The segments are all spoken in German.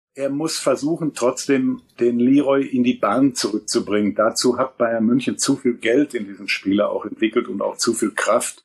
Er muss versuchen, trotzdem den Leroy in die Bahn zurückzubringen. Dazu hat Bayern München zu viel Geld in diesen Spieler auch entwickelt und auch zu viel Kraft.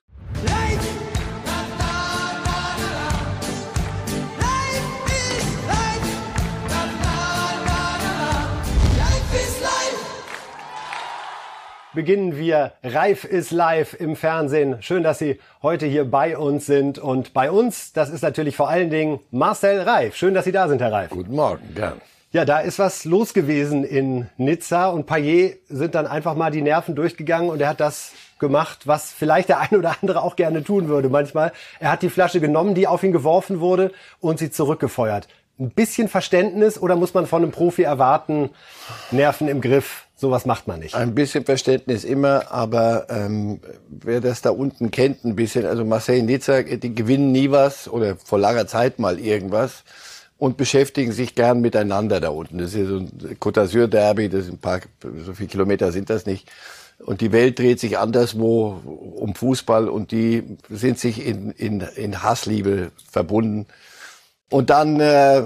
Beginnen wir Reif ist live im Fernsehen. Schön, dass Sie heute hier bei uns sind. Und bei uns, das ist natürlich vor allen Dingen Marcel Reif. Schön, dass Sie da sind, Herr Reif. Guten Morgen, gern. Ja, da ist was los gewesen in Nizza und Payet sind dann einfach mal die Nerven durchgegangen und er hat das gemacht, was vielleicht der ein oder andere auch gerne tun würde manchmal. Er hat die Flasche genommen, die auf ihn geworfen wurde und sie zurückgefeuert. Ein bisschen Verständnis oder muss man von einem Profi erwarten, Nerven im Griff? Sowas macht man nicht. Ein bisschen Verständnis immer, aber wer das da unten kennt, ein bisschen, also Marseille, Nizza, die gewinnen nie was oder vor langer Zeit mal irgendwas und beschäftigen sich gern miteinander da unten. Das ist ja so ein Côte d'Azur-Derby, das sind so viele Kilometer sind das nicht. Und die Welt dreht sich anderswo um Fußball und die sind sich in Hassliebe verbunden. Und dann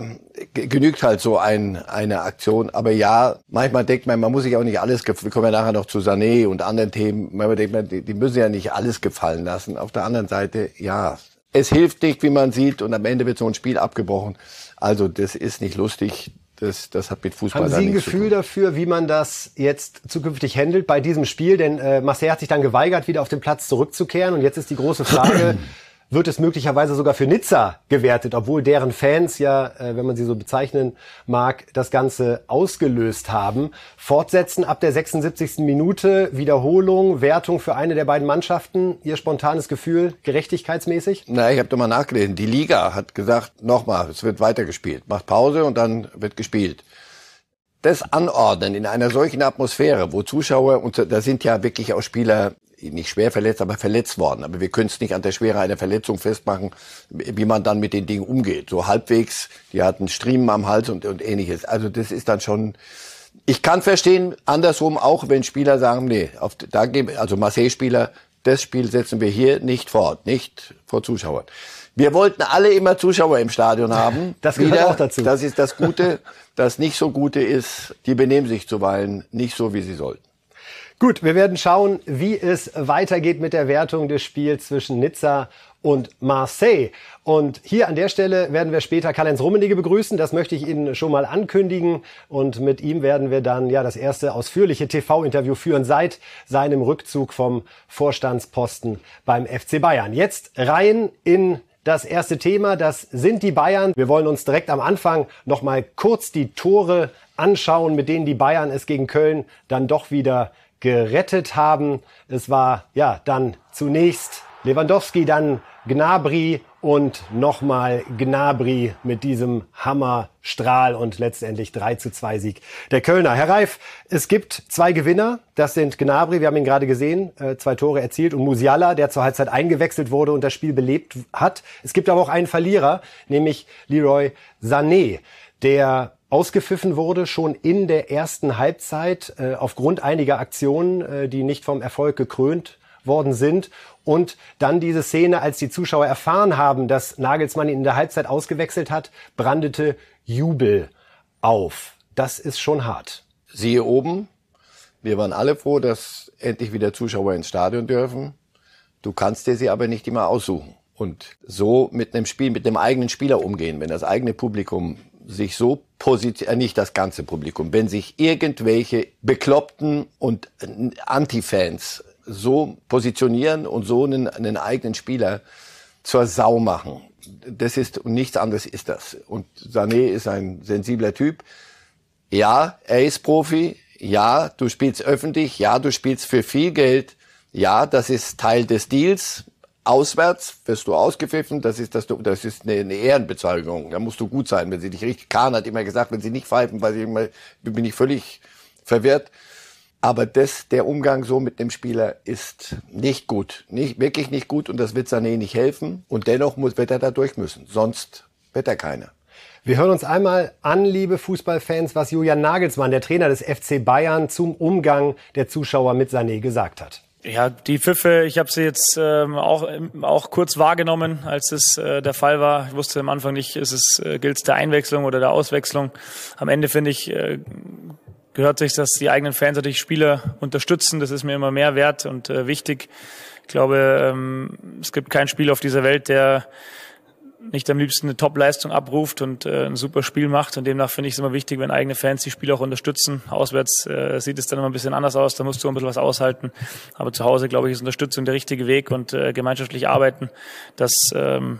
genügt halt so eine Aktion. Aber ja, manchmal denkt man muss sich auch nicht alles, wir kommen ja nachher noch zu Sané und anderen Themen, manchmal denkt man, die müssen ja nicht alles gefallen lassen. Auf der anderen Seite, ja, es hilft nicht, wie man sieht, und am Ende wird so ein Spiel abgebrochen. Also das ist nicht lustig. Das hat mit Fußball nichts zu tun. Haben Sie ein Gefühl dafür, wie man das jetzt zukünftig handelt bei diesem Spiel? Denn Marseille hat sich dann geweigert, wieder auf den Platz zurückzukehren. Und jetzt ist die große Frage, wird es möglicherweise sogar für Nizza gewertet, obwohl deren Fans ja, wenn man sie so bezeichnen mag, das Ganze ausgelöst haben. Fortsetzen ab der 76. Minute, Wiederholung, Wertung für eine der beiden Mannschaften. Ihr spontanes Gefühl, gerechtigkeitsmäßig? Na, ich habe doch mal nachgelesen. Die Liga hat gesagt, nochmal, es wird weitergespielt. Macht Pause und dann wird gespielt. Das Anordnen in einer solchen Atmosphäre, wo Zuschauer, und da sind ja wirklich auch Spieler nicht schwer verletzt, aber verletzt worden. Aber wir können es nicht an der Schwere einer Verletzung festmachen, wie man dann mit den Dingen umgeht. So halbwegs, die hatten Striemen am Hals und ähnliches. Also das ist dann schon, ich kann verstehen, andersrum auch, wenn Spieler sagen, nee, also Marseille-Spieler, das Spiel setzen wir hier nicht fort, nicht vor Zuschauern. Wir wollten alle immer Zuschauer im Stadion haben. Das gehört auch dazu. Das ist das Gute. Das nicht so Gute ist, die benehmen sich zuweilen nicht so, wie sie sollten. Gut, wir werden schauen, wie es weitergeht mit der Wertung des Spiels zwischen Nizza und Marseille. Und hier an der Stelle werden wir später Karl-Heinz Rummenigge begrüßen. Das möchte ich Ihnen schon mal ankündigen. Und mit ihm werden wir dann das erste ausführliche TV-Interview führen seit seinem Rückzug vom Vorstandsposten beim FC Bayern. Jetzt rein in das erste Thema, das sind die Bayern. Wir wollen uns direkt am Anfang noch mal kurz die Tore anschauen, mit denen die Bayern es gegen Köln dann doch wieder gerettet haben. Es war dann zunächst Lewandowski, dann Gnabry und nochmal Gnabry mit diesem Hammerstrahl und letztendlich 3:2 Sieg der Kölner. Herr Reif, es gibt zwei Gewinner, das sind Gnabry, wir haben ihn gerade gesehen, 2 Tore erzielt, und Musiala, der zur Halbzeit eingewechselt wurde und das Spiel belebt hat. Es gibt aber auch einen Verlierer, nämlich Leroy Sané, der ausgepfiffen wurde, schon in der ersten Halbzeit aufgrund einiger Aktionen, die nicht vom Erfolg gekrönt worden sind. Und dann diese Szene, als die Zuschauer erfahren haben, dass Nagelsmann ihn in der Halbzeit ausgewechselt hat, brandete Jubel auf. Das ist schon hart. Siehe oben, wir waren alle froh, dass endlich wieder Zuschauer ins Stadion dürfen. Du kannst dir sie aber nicht immer aussuchen. Und so mit einem Spiel, mit dem eigenen Spieler umgehen, wenn das eigene Publikum sich so nicht das ganze Publikum, wenn sich irgendwelche Bekloppten und Anti-Fans so positionieren und so einen eigenen Spieler zur Sau machen. Das ist, und nichts anderes ist das. Und Sané ist ein sensibler Typ. Ja, er ist Profi. Ja, du spielst öffentlich. Ja, du spielst für viel Geld. Ja, das ist Teil des Deals. Auswärts wirst du ausgepfiffen, das ist eine Ehrenbezeichnung. Da musst du gut sein, wenn sie dich richtig. Kahn hat immer gesagt, wenn sie nicht pfeifen, bin ich völlig verwirrt. Aber der Umgang so mit dem Spieler ist nicht gut, wirklich nicht gut, und das wird Sané nicht helfen. Und dennoch wird er da durch müssen, sonst wird er keiner. Wir hören uns einmal an, liebe Fußballfans, was Julian Nagelsmann, der Trainer des FC Bayern, zum Umgang der Zuschauer mit Sané gesagt hat. Ja, die Pfiffe, ich habe sie jetzt auch kurz wahrgenommen, als es der Fall war. Ich wusste am Anfang nicht, gilt es der Einwechslung oder der Auswechslung. Am Ende finde ich, gehört sich, dass die eigenen Fans natürlich Spieler unterstützen. Das ist mir immer mehr wert und wichtig. Ich glaube, es gibt keinen Spieler auf dieser Welt, der nicht am liebsten eine Top-Leistung abruft und ein super Spiel macht. Und demnach finde ich es immer wichtig, wenn eigene Fans die Spieler auch unterstützen. Auswärts sieht es dann immer ein bisschen anders aus, da musst du ein bisschen was aushalten. Aber zu Hause, glaube ich, ist Unterstützung der richtige Weg und gemeinschaftlich arbeiten, dass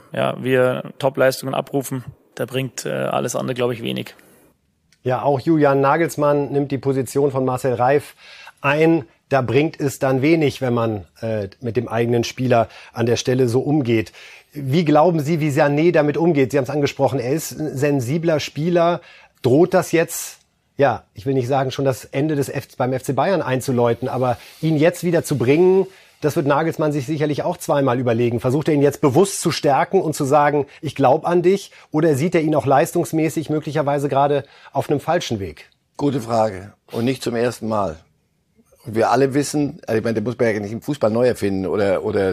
wir Top-Leistungen abrufen. Da bringt alles andere, glaube ich, wenig. Ja, auch Julian Nagelsmann nimmt die Position von Marcel Reif ein. Da bringt es dann wenig, wenn man mit dem eigenen Spieler an der Stelle so umgeht. Wie glauben Sie, wie Sané damit umgeht? Sie haben es angesprochen, er ist ein sensibler Spieler. Droht das jetzt, ja, ich will nicht sagen, schon das Ende beim FC Bayern einzuläuten, aber ihn jetzt wieder zu bringen, das wird Nagelsmann sich sicherlich auch zweimal überlegen. Versucht er ihn jetzt bewusst zu stärken und zu sagen, ich glaube an dich? Oder sieht er ihn auch leistungsmäßig möglicherweise gerade auf einem falschen Weg? Gute Frage. Und nicht zum ersten Mal. Und wir alle wissen, also ich meine, da muss man ja nicht im Fußball neu erfinden oder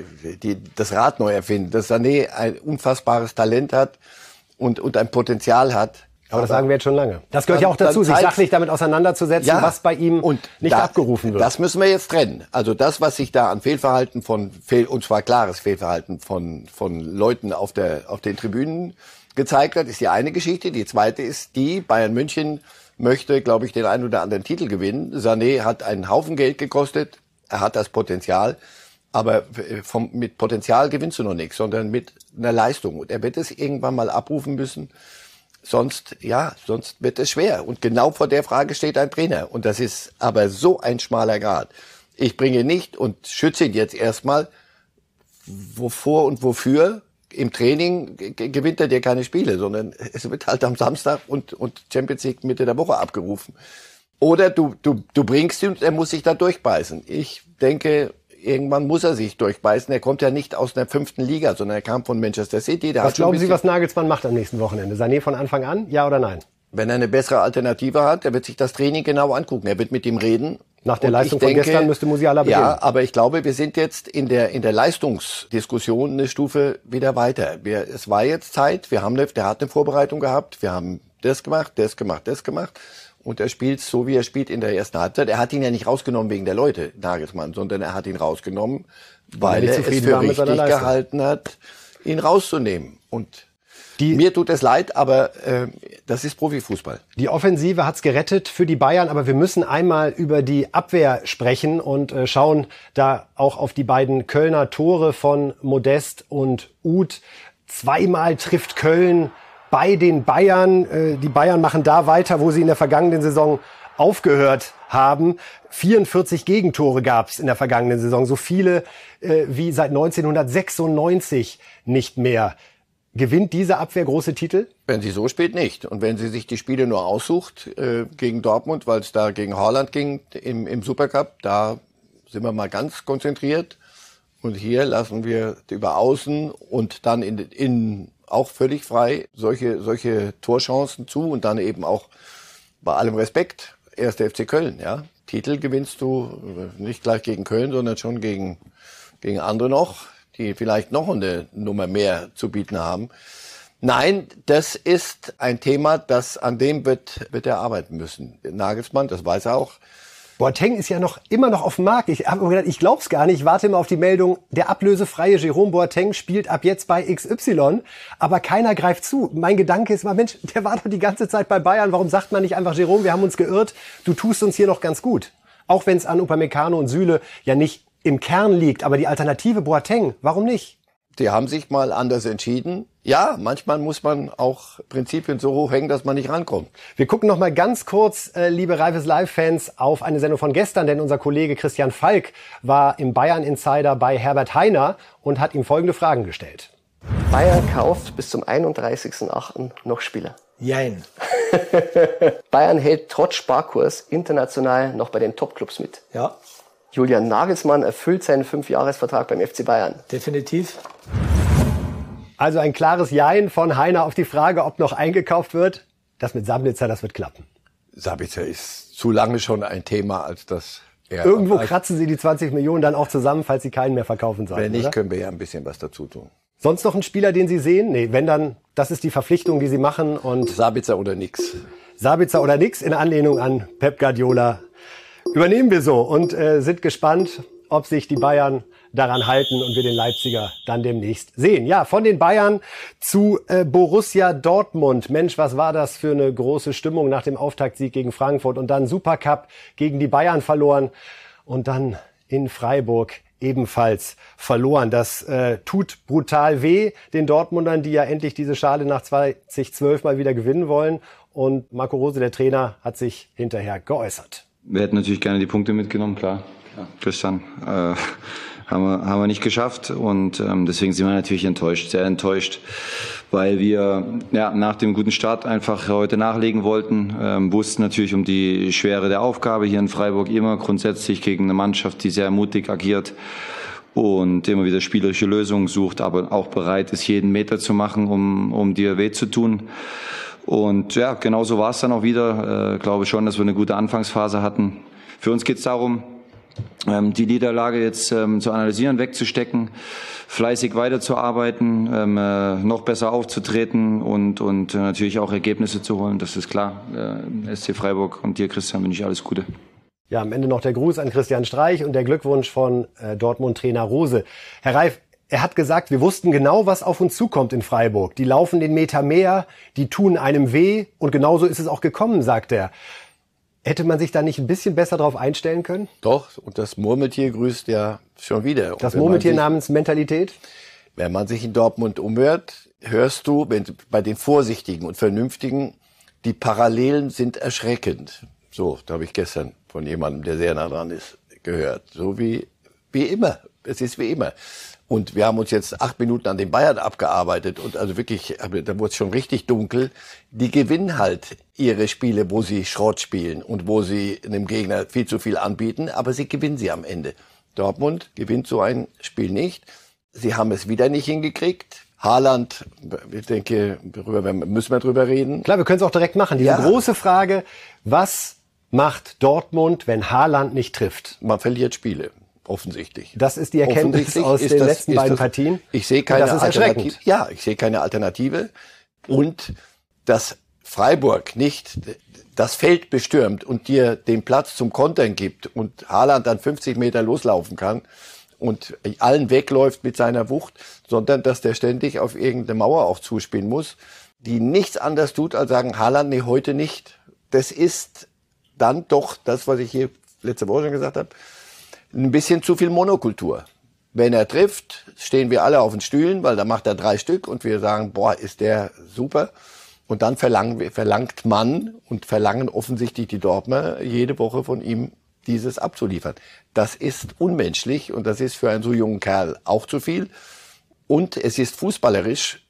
das Rad neu erfinden, dass Sané ein unfassbares Talent hat und ein Potenzial hat. Aber das sagen wir jetzt schon lange. Das gehört ja auch dazu, sich sachlich damit auseinanderzusetzen, ja, was bei ihm nicht abgerufen wird. Das müssen wir jetzt trennen. Also das, was sich da an Fehlverhalten und zwar klares Fehlverhalten von Leuten auf den Tribünen gezeigt hat, ist die eine Geschichte. Die zweite ist Bayern München möchte, glaube ich, den einen oder anderen Titel gewinnen. Sané hat einen Haufen Geld gekostet. Er hat das Potenzial. Aber mit Potenzial gewinnst du noch nichts, sondern mit einer Leistung. Und er wird es irgendwann mal abrufen müssen. Sonst wird es schwer. Und genau vor der Frage steht ein Trainer. Und das ist aber so ein schmaler Grat. Ich bringe nicht und schütze ihn jetzt erstmal. Wovor und wofür? Im Training gewinnt er dir keine Spiele, sondern es wird halt am Samstag und Champions League Mitte der Woche abgerufen. Oder du bringst ihn und er muss sich da durchbeißen. Ich denke, irgendwann muss er sich durchbeißen. Er kommt ja nicht aus einer 5. Liga, sondern er kam von Manchester City. Was glauben Sie, was Nagelsmann macht am nächsten Wochenende? Sané von Anfang an, ja oder nein? Wenn er eine bessere Alternative hat, er wird sich das Training genau angucken. Er wird mit ihm reden. Nach der Leistung von gestern müsste Musiala beginnen. Ja, aber ich glaube, wir sind jetzt in der Leistungsdiskussion eine Stufe wieder weiter. Es war jetzt Zeit. Der hat eine Vorbereitung gehabt. Wir haben das gemacht. Und er spielt so, wie er spielt in der ersten Halbzeit. Er hat ihn ja nicht rausgenommen wegen der Leute, Nagelsmann, sondern er hat ihn rausgenommen, weil er es für richtig gehalten hat, ihn rauszunehmen. Und mir tut es leid, aber das ist Profifußball. Die Offensive hat's gerettet für die Bayern, aber wir müssen einmal über die Abwehr sprechen und schauen da auch auf die beiden Kölner Tore von Modest und Uth. Zweimal trifft Köln bei den Bayern. Die Bayern machen da weiter, wo sie in der vergangenen Saison aufgehört haben. 44 Gegentore gab's in der vergangenen Saison, so viele wie seit 1996 nicht mehr. Gewinnt diese Abwehr große Titel? Wenn sie so spielt, nicht. Und wenn sie sich die Spiele nur aussucht gegen Dortmund, weil es da gegen Haaland ging im Supercup, da sind wir mal ganz konzentriert. Und hier lassen wir über Außen und dann in auch völlig frei solche Torchancen zu und dann eben auch bei allem Respekt 1. FC Köln. Ja, Titel gewinnst du nicht gleich gegen Köln, sondern schon gegen andere noch, die vielleicht noch eine Nummer mehr zu bieten haben. Nein, das ist ein Thema, an dem wird er arbeiten müssen. Nagelsmann, das weiß er auch. Boateng ist ja immer noch auf dem Markt. Ich habe mir gedacht, ich glaub's gar nicht. Ich warte immer auf die Meldung, der ablösefreie Jerome Boateng spielt ab jetzt bei XY, aber keiner greift zu. Mein Gedanke ist immer, Mensch, der war doch die ganze Zeit bei Bayern. Warum sagt man nicht einfach, Jerome, wir haben uns geirrt, du tust uns hier noch ganz gut. Auch wenn es an Upamecano und Süle ja nicht im Kern liegt, aber die Alternative Boateng, warum nicht? Die haben sich mal anders entschieden. Ja, manchmal muss man auch Prinzipien so hoch hängen, dass man nicht rankommt. Wir gucken noch mal ganz kurz, liebe Reifes Live-Fans, auf eine Sendung von gestern, denn unser Kollege Christian Falk war im Bayern Insider bei Herbert Hainer und hat ihm folgende Fragen gestellt. Bayern kauft bis zum 31.08. noch Spieler. Jein. Bayern hält trotz Sparkurs international noch bei den Topclubs mit. Ja. Julian Nagelsmann erfüllt seinen 5-Jahres-Vertrag beim FC Bayern. Definitiv. Also ein klares Jein von Hainer auf die Frage, ob noch eingekauft wird. Das mit Sabitzer, das wird klappen. Sabitzer ist zu lange schon ein Thema, als dass Ja, irgendwo kratzen sie die 20 Millionen dann auch zusammen, falls sie keinen mehr verkaufen sollen. Wenn nicht, oder? können wir ja ein bisschen was dazu tun. Sonst noch ein Spieler, den Sie sehen? Nee, wenn dann, das ist die Verpflichtung, die Sie machen. Und Sabitzer oder nix. Sabitzer oder nix in Anlehnung an Pep Guardiola übernehmen wir so und sind gespannt, ob sich die Bayern daran halten und wir den Leipziger dann demnächst sehen. Ja, von den Bayern zu Borussia Dortmund. Mensch, was war das für eine große Stimmung nach dem Auftaktsieg gegen Frankfurt und dann Supercup gegen die Bayern verloren und dann in Freiburg ebenfalls verloren. Das tut brutal weh den Dortmundern, die ja endlich diese Schale nach 2012 mal wieder gewinnen wollen. Und Marco Rose, der Trainer, hat sich hinterher geäußert. Wir hätten natürlich gerne die Punkte mitgenommen, klar. Ja, Christian, haben wir nicht geschafft und deswegen sind wir natürlich enttäuscht, sehr enttäuscht, weil wir nach dem guten Start einfach heute nachlegen wollten, wussten natürlich um die Schwere der Aufgabe hier in Freiburg immer grundsätzlich gegen eine Mannschaft, die sehr mutig agiert und immer wieder spielerische Lösungen sucht, aber auch bereit ist, jeden Meter zu machen, um dir weh zu tun. Und ja, genauso war es dann auch wieder. Glaube schon, dass wir eine gute Anfangsphase hatten. Für uns geht es darum, die Niederlage jetzt zu analysieren, wegzustecken, fleißig weiterzuarbeiten, noch besser aufzutreten und natürlich auch Ergebnisse zu holen. Das ist klar. SC Freiburg und dir, Christian, wünsche ich alles Gute. Ja, am Ende noch der Gruß an Christian Streich und der Glückwunsch von Dortmund-Trainer Rose. Herr Reif, er hat gesagt, wir wussten genau, was auf uns zukommt in Freiburg. Die laufen den Meter mehr, die tun einem weh und genauso ist es auch gekommen, sagt er. Hätte man sich da nicht ein bisschen besser drauf einstellen können? Doch, und das Murmeltier grüßt ja schon wieder. Das Murmeltier namens Mentalität? Wenn man sich in Dortmund umhört, hörst du, bei den Vorsichtigen und Vernünftigen, die Parallelen sind erschreckend. So, da habe ich gestern von jemandem, der sehr nah dran ist, gehört. So wie immer. Es ist wie immer. Und wir haben uns jetzt 8 Minuten an den Bayern abgearbeitet und also wirklich, da wurde es schon richtig dunkel. Die gewinnen halt ihre Spiele, wo sie Schrott spielen und wo sie einem Gegner viel zu viel anbieten, aber sie gewinnen sie am Ende. Dortmund gewinnt so ein Spiel nicht. Sie haben es wieder nicht hingekriegt. Haaland, ich denke, müssen wir drüber reden. Klar, wir können es auch direkt machen. Diese große Frage, was macht Dortmund, wenn Haaland nicht trifft? Man verliert Spiele. Offensichtlich. Das ist die Erkenntnis aus den letzten beiden Partien. Ich sehe keine Alternative. Ja, ich sehe keine Alternative. Und dass Freiburg nicht das Feld bestürmt und dir den Platz zum Kontern gibt und Haaland dann 50 Meter loslaufen kann und allen wegläuft mit seiner Wucht, sondern dass der ständig auf irgendeine Mauer auch zuspielen muss, die nichts anderes tut, als sagen, Haaland, nee, heute nicht. Das ist dann doch das, was ich hier letzte Woche schon gesagt habe, ein bisschen zu viel Monokultur. Wenn er trifft, stehen wir alle auf den Stühlen, weil da macht er 3 Stück und wir sagen, boah, ist der super. Und dann verlangt man und verlangen offensichtlich die Dortmunder jede Woche von ihm, dieses abzuliefern. Das ist unmenschlich und das ist für einen so jungen Kerl auch zu viel. Und es ist fußballerisch,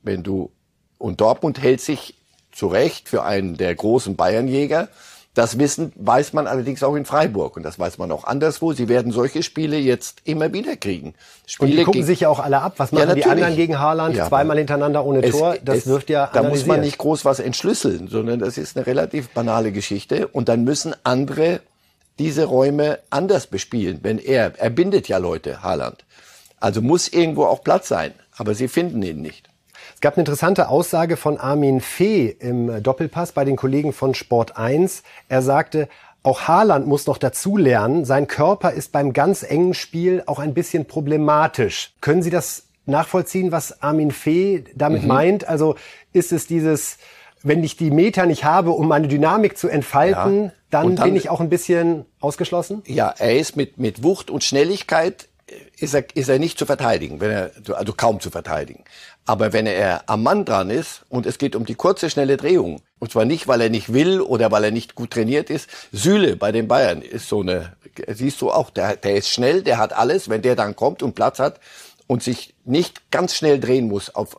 und Dortmund hält sich zu Recht für einen der großen Bayernjäger. Das weiß man allerdings auch in Freiburg und das weiß man auch anderswo. Sie werden solche Spiele jetzt immer wieder kriegen. Und die gucken sich ja auch alle ab. Was machen die anderen gegen Haaland? Ja, 2-mal hintereinander ohne Tor. Das wird ja analysiert. Da muss man nicht groß was entschlüsseln, sondern das ist eine relativ banale Geschichte. Und dann müssen andere diese Räume anders bespielen. Er bindet ja Leute, Haaland. Also muss irgendwo auch Platz sein. Aber sie finden ihn nicht. Es gab eine interessante Aussage von Armin Fee im Doppelpass bei den Kollegen von Sport 1. Er sagte, auch Haaland muss noch dazulernen. Sein Körper ist beim ganz engen Spiel auch ein bisschen problematisch. Können Sie das nachvollziehen, was Armin Fee damit meint? Also ist es dieses, wenn ich die Meter nicht habe, um meine Dynamik zu entfalten, dann bin ich auch ein bisschen ausgeschlossen? Ja, er ist mit Wucht und Schnelligkeit ist er nicht zu verteidigen, also kaum zu verteidigen. Aber wenn er am Mann dran ist und es geht um die kurze, schnelle Drehung, und zwar nicht, weil er nicht will oder weil er nicht gut trainiert ist. Süle bei den Bayern ist so siehst du auch, der ist schnell, der hat alles, wenn der dann kommt und Platz hat und sich nicht ganz schnell drehen muss auf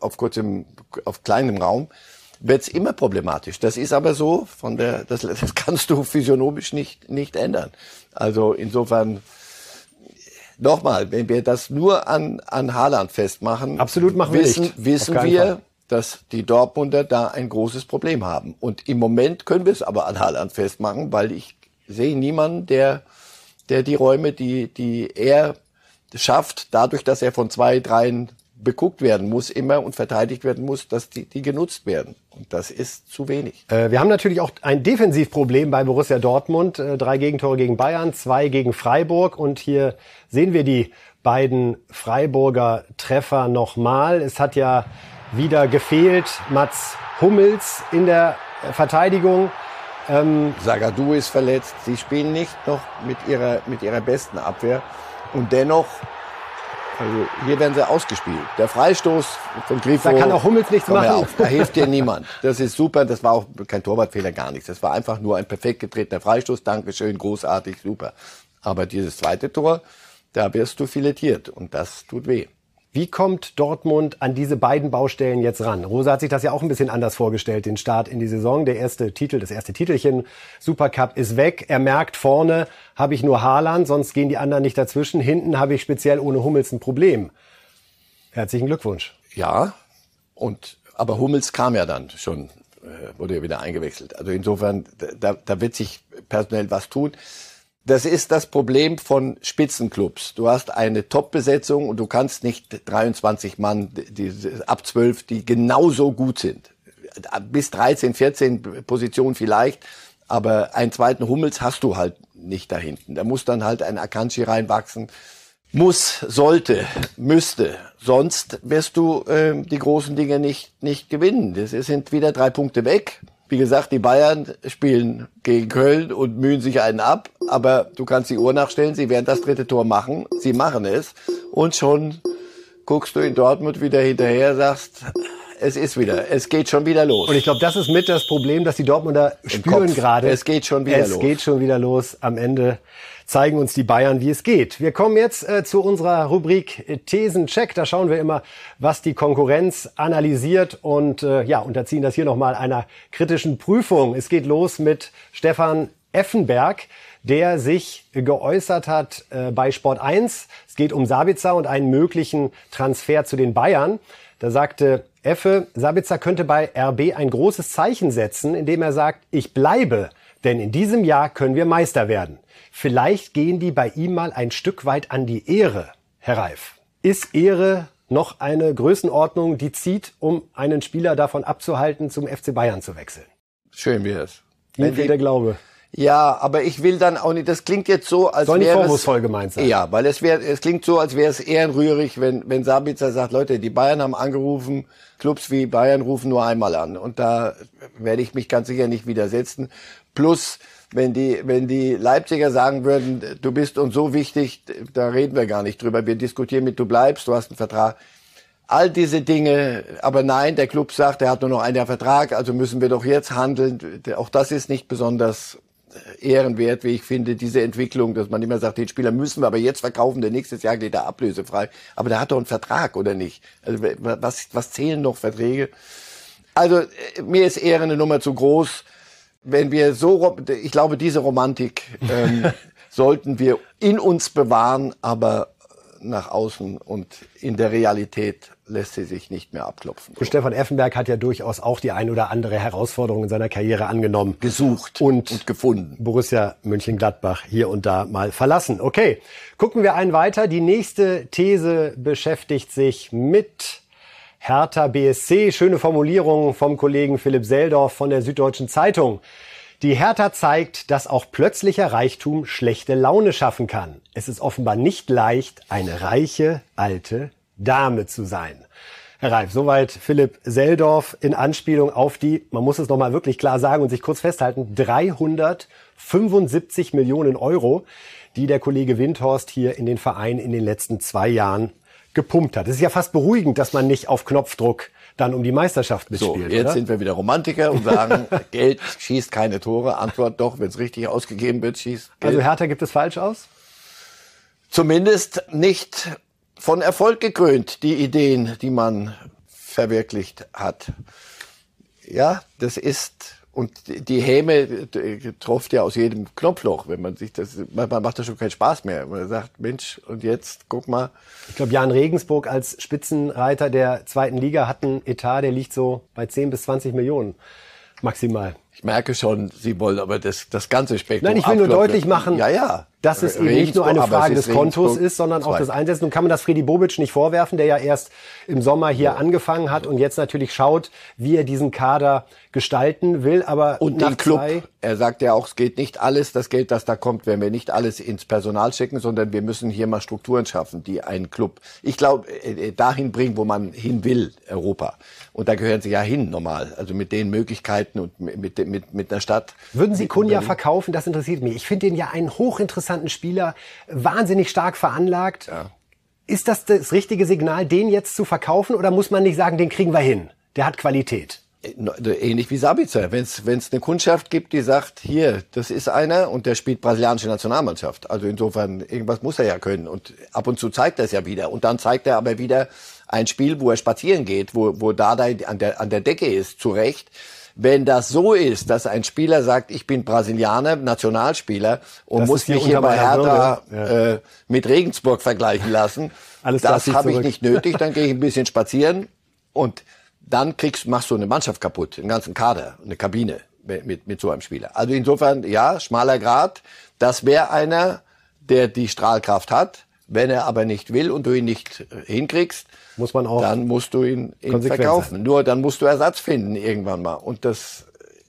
kleinem Raum, wird's immer problematisch. Das ist aber so, das kannst du physiognomisch nicht ändern. Also insofern, nochmal, wenn wir das nur an Haaland festmachen, absolut machen wissen wir, dass die Dortmunder da ein großes Problem haben. Und im Moment können wir es aber an Haaland festmachen, weil ich sehe niemanden, der der die Räume, die er schafft, dadurch, dass er von 2, 3 beguckt werden muss immer und verteidigt werden muss, dass die genutzt werden. Und das ist zu wenig. Wir haben natürlich auch ein Defensivproblem bei Borussia Dortmund. 3 Gegentore gegen Bayern, 2 gegen Freiburg. Und hier sehen wir die beiden Freiburger Treffer nochmal. Es hat ja wieder gefehlt. Mats Hummels in der Verteidigung. Zagadou ist verletzt. Sie spielen nicht noch mit ihrer besten Abwehr. Und dennoch, also hier werden sie ausgespielt. Der Freistoß von Grifo. Da kann auch Hummels nichts machen. Da hilft dir niemand. Das ist super. Das war auch kein Torwartfehler, gar nichts. Das war einfach nur ein perfekt getretener Freistoß. Dankeschön, großartig, super. Aber dieses zweite Tor, da wirst du filetiert. Und das tut weh. Wie kommt Dortmund an diese beiden Baustellen jetzt ran? Rose hat sich das ja auch ein bisschen anders vorgestellt, den Start in die Saison. Das erste Titelchen, Supercup ist weg. Er merkt, vorne habe ich nur Haaland, sonst gehen die anderen nicht dazwischen. Hinten habe ich speziell ohne Hummels ein Problem. Herzlichen Glückwunsch. Ja, aber Hummels kam ja dann schon, wurde ja wieder eingewechselt. Also insofern, da wird sich personell was tun. Das ist das Problem von Spitzenclubs. Du hast eine Top-Besetzung und du kannst nicht 23 Mann, ab 12, die genauso gut sind. Bis 13, 14 Positionen vielleicht, aber einen zweiten Hummels hast du halt nicht da hinten. Da muss dann halt ein Akanji reinwachsen. Müsste. Sonst wirst du die großen Dinge nicht gewinnen. Das sind wieder 3 Punkte weg. Wie gesagt, die Bayern spielen gegen Köln und mühen sich einen ab, aber du kannst die Uhr nachstellen, sie werden das 3. Tor machen, sie machen es und schon guckst du in Dortmund wieder hinterher, sagst, es geht schon wieder los. Und ich glaube, das ist mit das Problem, dass die Dortmunder spüren gerade. Es geht schon wieder los. Am Ende zeigen uns die Bayern, wie es geht. Wir kommen jetzt zu unserer Rubrik Thesencheck. Da schauen wir immer, was die Konkurrenz analysiert und unterziehen das hier nochmal einer kritischen Prüfung. Es geht los mit Stefan Effenberg, der sich geäußert hat bei Sport 1. Es geht um Sabitzer und einen möglichen Transfer zu den Bayern. Da sagte Effe, Sabitzer könnte bei RB ein großes Zeichen setzen, indem er sagt, ich bleibe, denn in diesem Jahr können wir Meister werden. Vielleicht gehen die bei ihm mal ein Stück weit an die Ehre, Herr Reif. Ist Ehre noch eine Größenordnung, die zieht, um einen Spieler davon abzuhalten, zum FC Bayern zu wechseln? Schön wär's. Wie viel der Glaube? Ja, aber ich will dann auch nicht, das klingt jetzt so, als wäre es... Soll nicht vorwurfsvoll gemeint sein. Ja, weil es klingt so, als wäre es ehrenrührig, wenn Sabitzer sagt, Leute, die Bayern haben angerufen, Clubs wie Bayern rufen nur einmal an. Und da werde ich mich ganz sicher nicht widersetzen. Plus, wenn die Leipziger sagen würden, du bist uns so wichtig, da reden wir gar nicht drüber. Wir diskutieren mit, du bleibst, du hast einen Vertrag. All diese Dinge, aber nein, der Club sagt, er hat nur noch ein Jahr Vertrag, also müssen wir doch jetzt handeln. Auch das ist nicht besonders ehrenwert, wie ich finde, diese Entwicklung, dass man immer sagt, den Spieler müssen wir aber jetzt verkaufen, der nächstes Jahr geht er ablösefrei. Aber der hat doch einen Vertrag, oder nicht? Also was zählen noch Verträge? Also mir ist Ehre eine Nummer zu groß. Wenn wir ich glaube, diese Romantik sollten wir in uns bewahren, aber nach außen und in der Realität lässt sie sich nicht mehr abklopfen. Und Stefan Effenberg hat ja durchaus auch die ein oder andere Herausforderung in seiner Karriere angenommen. Gesucht und gefunden. Borussia Mönchengladbach hier und da mal verlassen. Okay, gucken wir einen weiter. Die nächste These beschäftigt sich mit Hertha BSC. Schöne Formulierung vom Kollegen Philipp Seldorf von der Süddeutschen Zeitung. Die Hertha zeigt, dass auch plötzlicher Reichtum schlechte Laune schaffen kann. Es ist offenbar nicht leicht, eine reiche, alte Dame zu sein. Herr Reif, soweit Philipp Seldorf in Anspielung auf die, man muss es nochmal wirklich klar sagen und sich kurz festhalten, 375 Millionen Euro, die der Kollege Windhorst hier in den Verein in den letzten 2 Jahren gepumpt hat. Es ist ja fast beruhigend, dass man nicht auf Knopfdruck dann um die Meisterschaft mitspielt. So, jetzt oder? sind wir wieder Romantiker und sagen, Geld schießt keine Tore. Antwort doch, wenn es richtig ausgegeben wird, schießt Geld. Also Hertha gibt es falsch aus? Zumindest nicht von Erfolg gekrönt, die Ideen, die man verwirklicht hat. Ja, das ist, und die Häme tropft ja aus jedem Knopfloch, wenn man sich man macht das schon keinen Spaß mehr. Man sagt, Mensch, und jetzt, guck mal. Ich glaube, Jan Regensburg als Spitzenreiter der 2. Liga hat einen Etat, der liegt so bei 10 bis 20 Millionen maximal. Ich merke schon, Sie wollen aber das ganze Spektrum. Nein, ich will nur deutlich machen, ja. dass es eben nicht nur eine Frage des Kontos ist, sondern auch des Einsatzes. Nun kann man das Fredi Bobic nicht vorwerfen, der ja erst im Sommer hier angefangen hat und jetzt natürlich schaut, wie er diesen Kader gestalten will. Aber und den Club, er sagt ja auch, es geht nicht alles, das Geld, das da kommt, wenn wir nicht alles ins Personal schicken, sondern wir müssen hier mal Strukturen schaffen, die einen Club, ich glaube, dahin bringen, wo man hin will, Europa. Und da gehören sie ja hin, normal. Also mit den Möglichkeiten und mit einer Stadt. Würden Sie Cunha verkaufen? Das interessiert mich. Ich finde den ja einen hochinteressanten Spieler, wahnsinnig stark veranlagt. Ja. Ist das richtige Signal, den jetzt zu verkaufen? Oder muss man nicht sagen, den kriegen wir hin? Der hat Qualität. Ähnlich wie Sabitzer. Wenn es eine Kundschaft gibt, die sagt, hier, das ist einer und der spielt brasilianische Nationalmannschaft. Also insofern, irgendwas muss er ja können. Und ab und zu zeigt er es ja wieder. Und dann zeigt er aber wieder ein Spiel, wo er spazieren geht, wo Dada an der Decke ist, zu Recht. Wenn das so ist, dass ein Spieler sagt, ich bin Brasilianer, Nationalspieler und das muss mich hier bei Hertha mit Regensburg vergleichen lassen, das habe ich nicht nötig, dann gehe ich ein bisschen spazieren und dann machst du eine Mannschaft kaputt, einen ganzen Kader, eine Kabine mit so einem Spieler. Also insofern, ja, schmaler Grat, das wäre einer, der die Strahlkraft hat. Wenn er aber nicht will und du ihn nicht hinkriegst, dann musst du ihn verkaufen. Nur dann musst du Ersatz finden irgendwann mal. Und das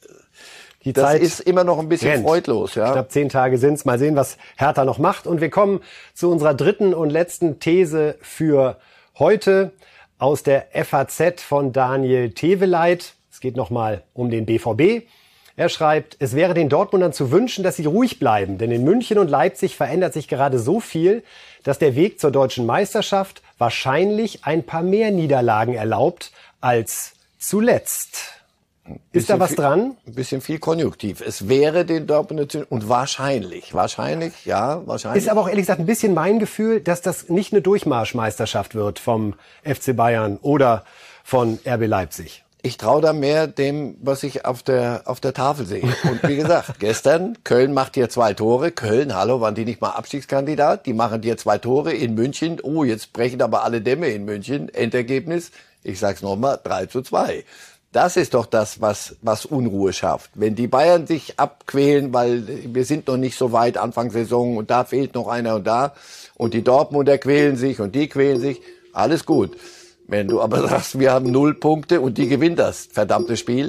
ist immer noch ein bisschen freudlos. Ja? Knapp 10 Tage sind's. Mal sehen, was Hertha noch macht. Und wir kommen zu unserer dritten und letzten These für heute aus der FAZ von Daniel Teveleit. Es geht nochmal um den BVB. Er schreibt, es wäre den Dortmundern zu wünschen, dass sie ruhig bleiben, denn in München und Leipzig verändert sich gerade so viel, dass der Weg zur deutschen Meisterschaft wahrscheinlich ein paar mehr Niederlagen erlaubt als zuletzt. Ist da was dran? Ein bisschen viel Konjunktiv. Es wäre den Dortmundern und wahrscheinlich. Wahrscheinlich. Ist aber auch ehrlich gesagt ein bisschen mein Gefühl, dass das nicht eine Durchmarschmeisterschaft wird vom FC Bayern oder von RB Leipzig. Ich traue da mehr dem, was ich auf der Tafel sehe. Und wie gesagt, gestern, Köln macht hier 2 Tore. Köln, hallo, waren die nicht mal Abstiegskandidat? Die machen hier 2 Tore in München. Oh, jetzt brechen aber alle Dämme in München. Endergebnis, ich sag's nochmal, 3:2. Das ist doch das, was Unruhe schafft. Wenn die Bayern sich abquälen, weil wir sind noch nicht so weit, Anfang Saison, und da fehlt noch einer und da. Und die Dortmunder quälen sich und die quälen sich. Alles gut. Wenn du aber sagst, wir haben 0 Punkte und die gewinnen das verdammte Spiel.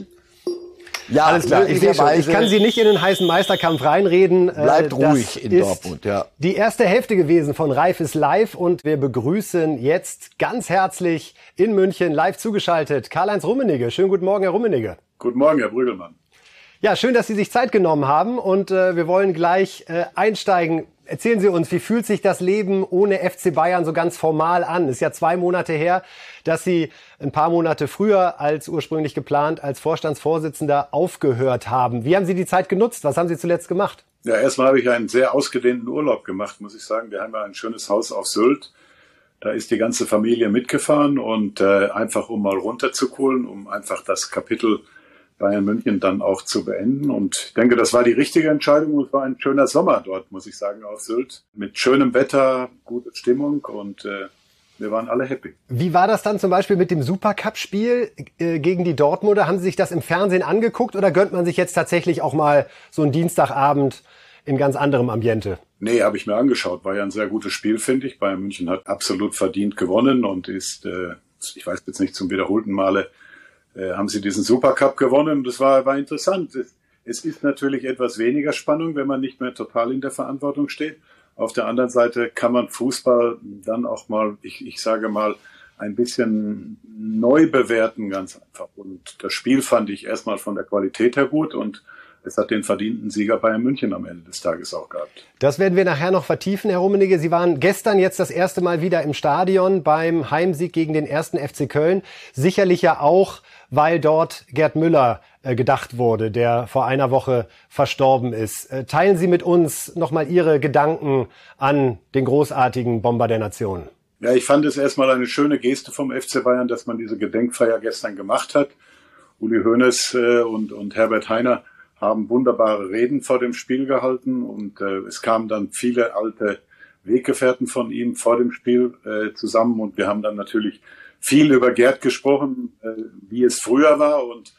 Ja, alles klar. Ich sehe schon, ich kann Sie nicht in den heißen Meisterkampf reinreden. Bleibt ruhig in Dortmund, ja. Die erste Hälfte gewesen von Reif ist live und wir begrüßen jetzt ganz herzlich in München live zugeschaltet Karl-Heinz Rummenigge. Schönen guten Morgen, Herr Rummenigge. Guten Morgen, Herr Brüggelmann. Ja, schön, dass Sie sich Zeit genommen haben und wir wollen gleich einsteigen. Erzählen Sie uns, wie fühlt sich das Leben ohne FC Bayern so ganz formal an? Ist ja 2 Monate her, dass Sie ein paar Monate früher als ursprünglich geplant als Vorstandsvorsitzender aufgehört haben. Wie haben Sie die Zeit genutzt? Was haben Sie zuletzt gemacht? Ja, erstmal habe ich einen sehr ausgedehnten Urlaub gemacht, muss ich sagen. Wir haben ja ein schönes Haus auf Sylt. Da ist die ganze Familie mitgefahren und einfach um mal runterzuholen, um einfach das Kapitel Bayern München dann auch zu beenden. Und ich denke, das war die richtige Entscheidung. Es war ein schöner Sommer dort, muss ich sagen, auf Sylt. Mit schönem Wetter, gute Stimmung und wir waren alle happy. Wie war das dann zum Beispiel mit dem Supercup-Spiel gegen die Dortmunder? Haben Sie sich das im Fernsehen angeguckt oder gönnt man sich jetzt tatsächlich auch mal so einen Dienstagabend in ganz anderem Ambiente? Nee, habe ich mir angeschaut. War ja ein sehr gutes Spiel, finde ich. Bayern München hat absolut verdient gewonnen und ist, ich weiß jetzt nicht zum wiederholten Male, haben sie diesen Supercup gewonnen. Das war interessant. Es ist natürlich etwas weniger Spannung, wenn man nicht mehr total in der Verantwortung steht. Auf der anderen Seite kann man Fußball dann auch mal, ich sage mal, ein bisschen neu bewerten, ganz einfach. Und das Spiel fand ich erstmal von der Qualität her gut und es hat den verdienten Sieger Bayern München am Ende des Tages auch gehabt. Das werden wir nachher noch vertiefen, Herr Rummenigge. Sie waren gestern jetzt das erste Mal wieder im Stadion beim Heimsieg gegen den 1. FC Köln. Sicherlich ja auch, weil dort Gerd Müller gedacht wurde, der vor einer Woche verstorben ist. Teilen Sie mit uns nochmal Ihre Gedanken an den großartigen Bomber der Nation. Ja, ich fand es erstmal eine schöne Geste vom FC Bayern, dass man diese Gedenkfeier gestern gemacht hat. Uli Hoeneß und Herbert Hainer haben wunderbare Reden vor dem Spiel gehalten und es kamen dann viele alte Weggefährten von ihm vor dem Spiel zusammen und wir haben dann natürlich viel über Gerd gesprochen, wie es früher war und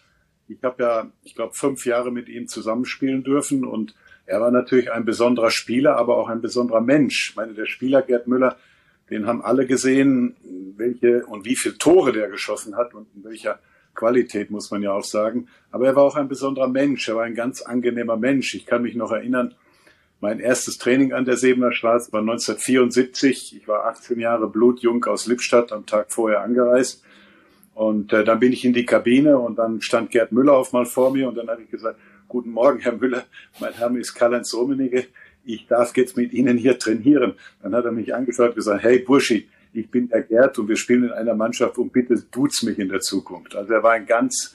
Ich habe ja, ich glaube, 5 Jahre mit ihm zusammenspielen dürfen und er war natürlich ein besonderer Spieler, aber auch ein besonderer Mensch. Ich meine, der Spieler Gerd Müller, den haben alle gesehen, welche und wie viele Tore der geschossen hat und in welcher Qualität, muss man ja auch sagen. Aber er war auch ein besonderer Mensch. Er war ein ganz angenehmer Mensch. Ich kann mich noch erinnern, mein erstes Training an der Sebener Straße war 1974. Ich war 18 Jahre blutjung aus Lippstadt, am Tag vorher angereist. Und dann bin ich in die Kabine und dann stand Gerd Müller auf mal vor mir und dann habe ich gesagt, guten Morgen, Herr Müller, mein Name ist Karl-Heinz Rummenigge, ich darf jetzt mit Ihnen hier trainieren. Dann hat er mich angeschaut und gesagt, hey Burschi, ich bin der Gerd und wir spielen in einer Mannschaft und bitte duzt mich in der Zukunft. Also er war ein ganz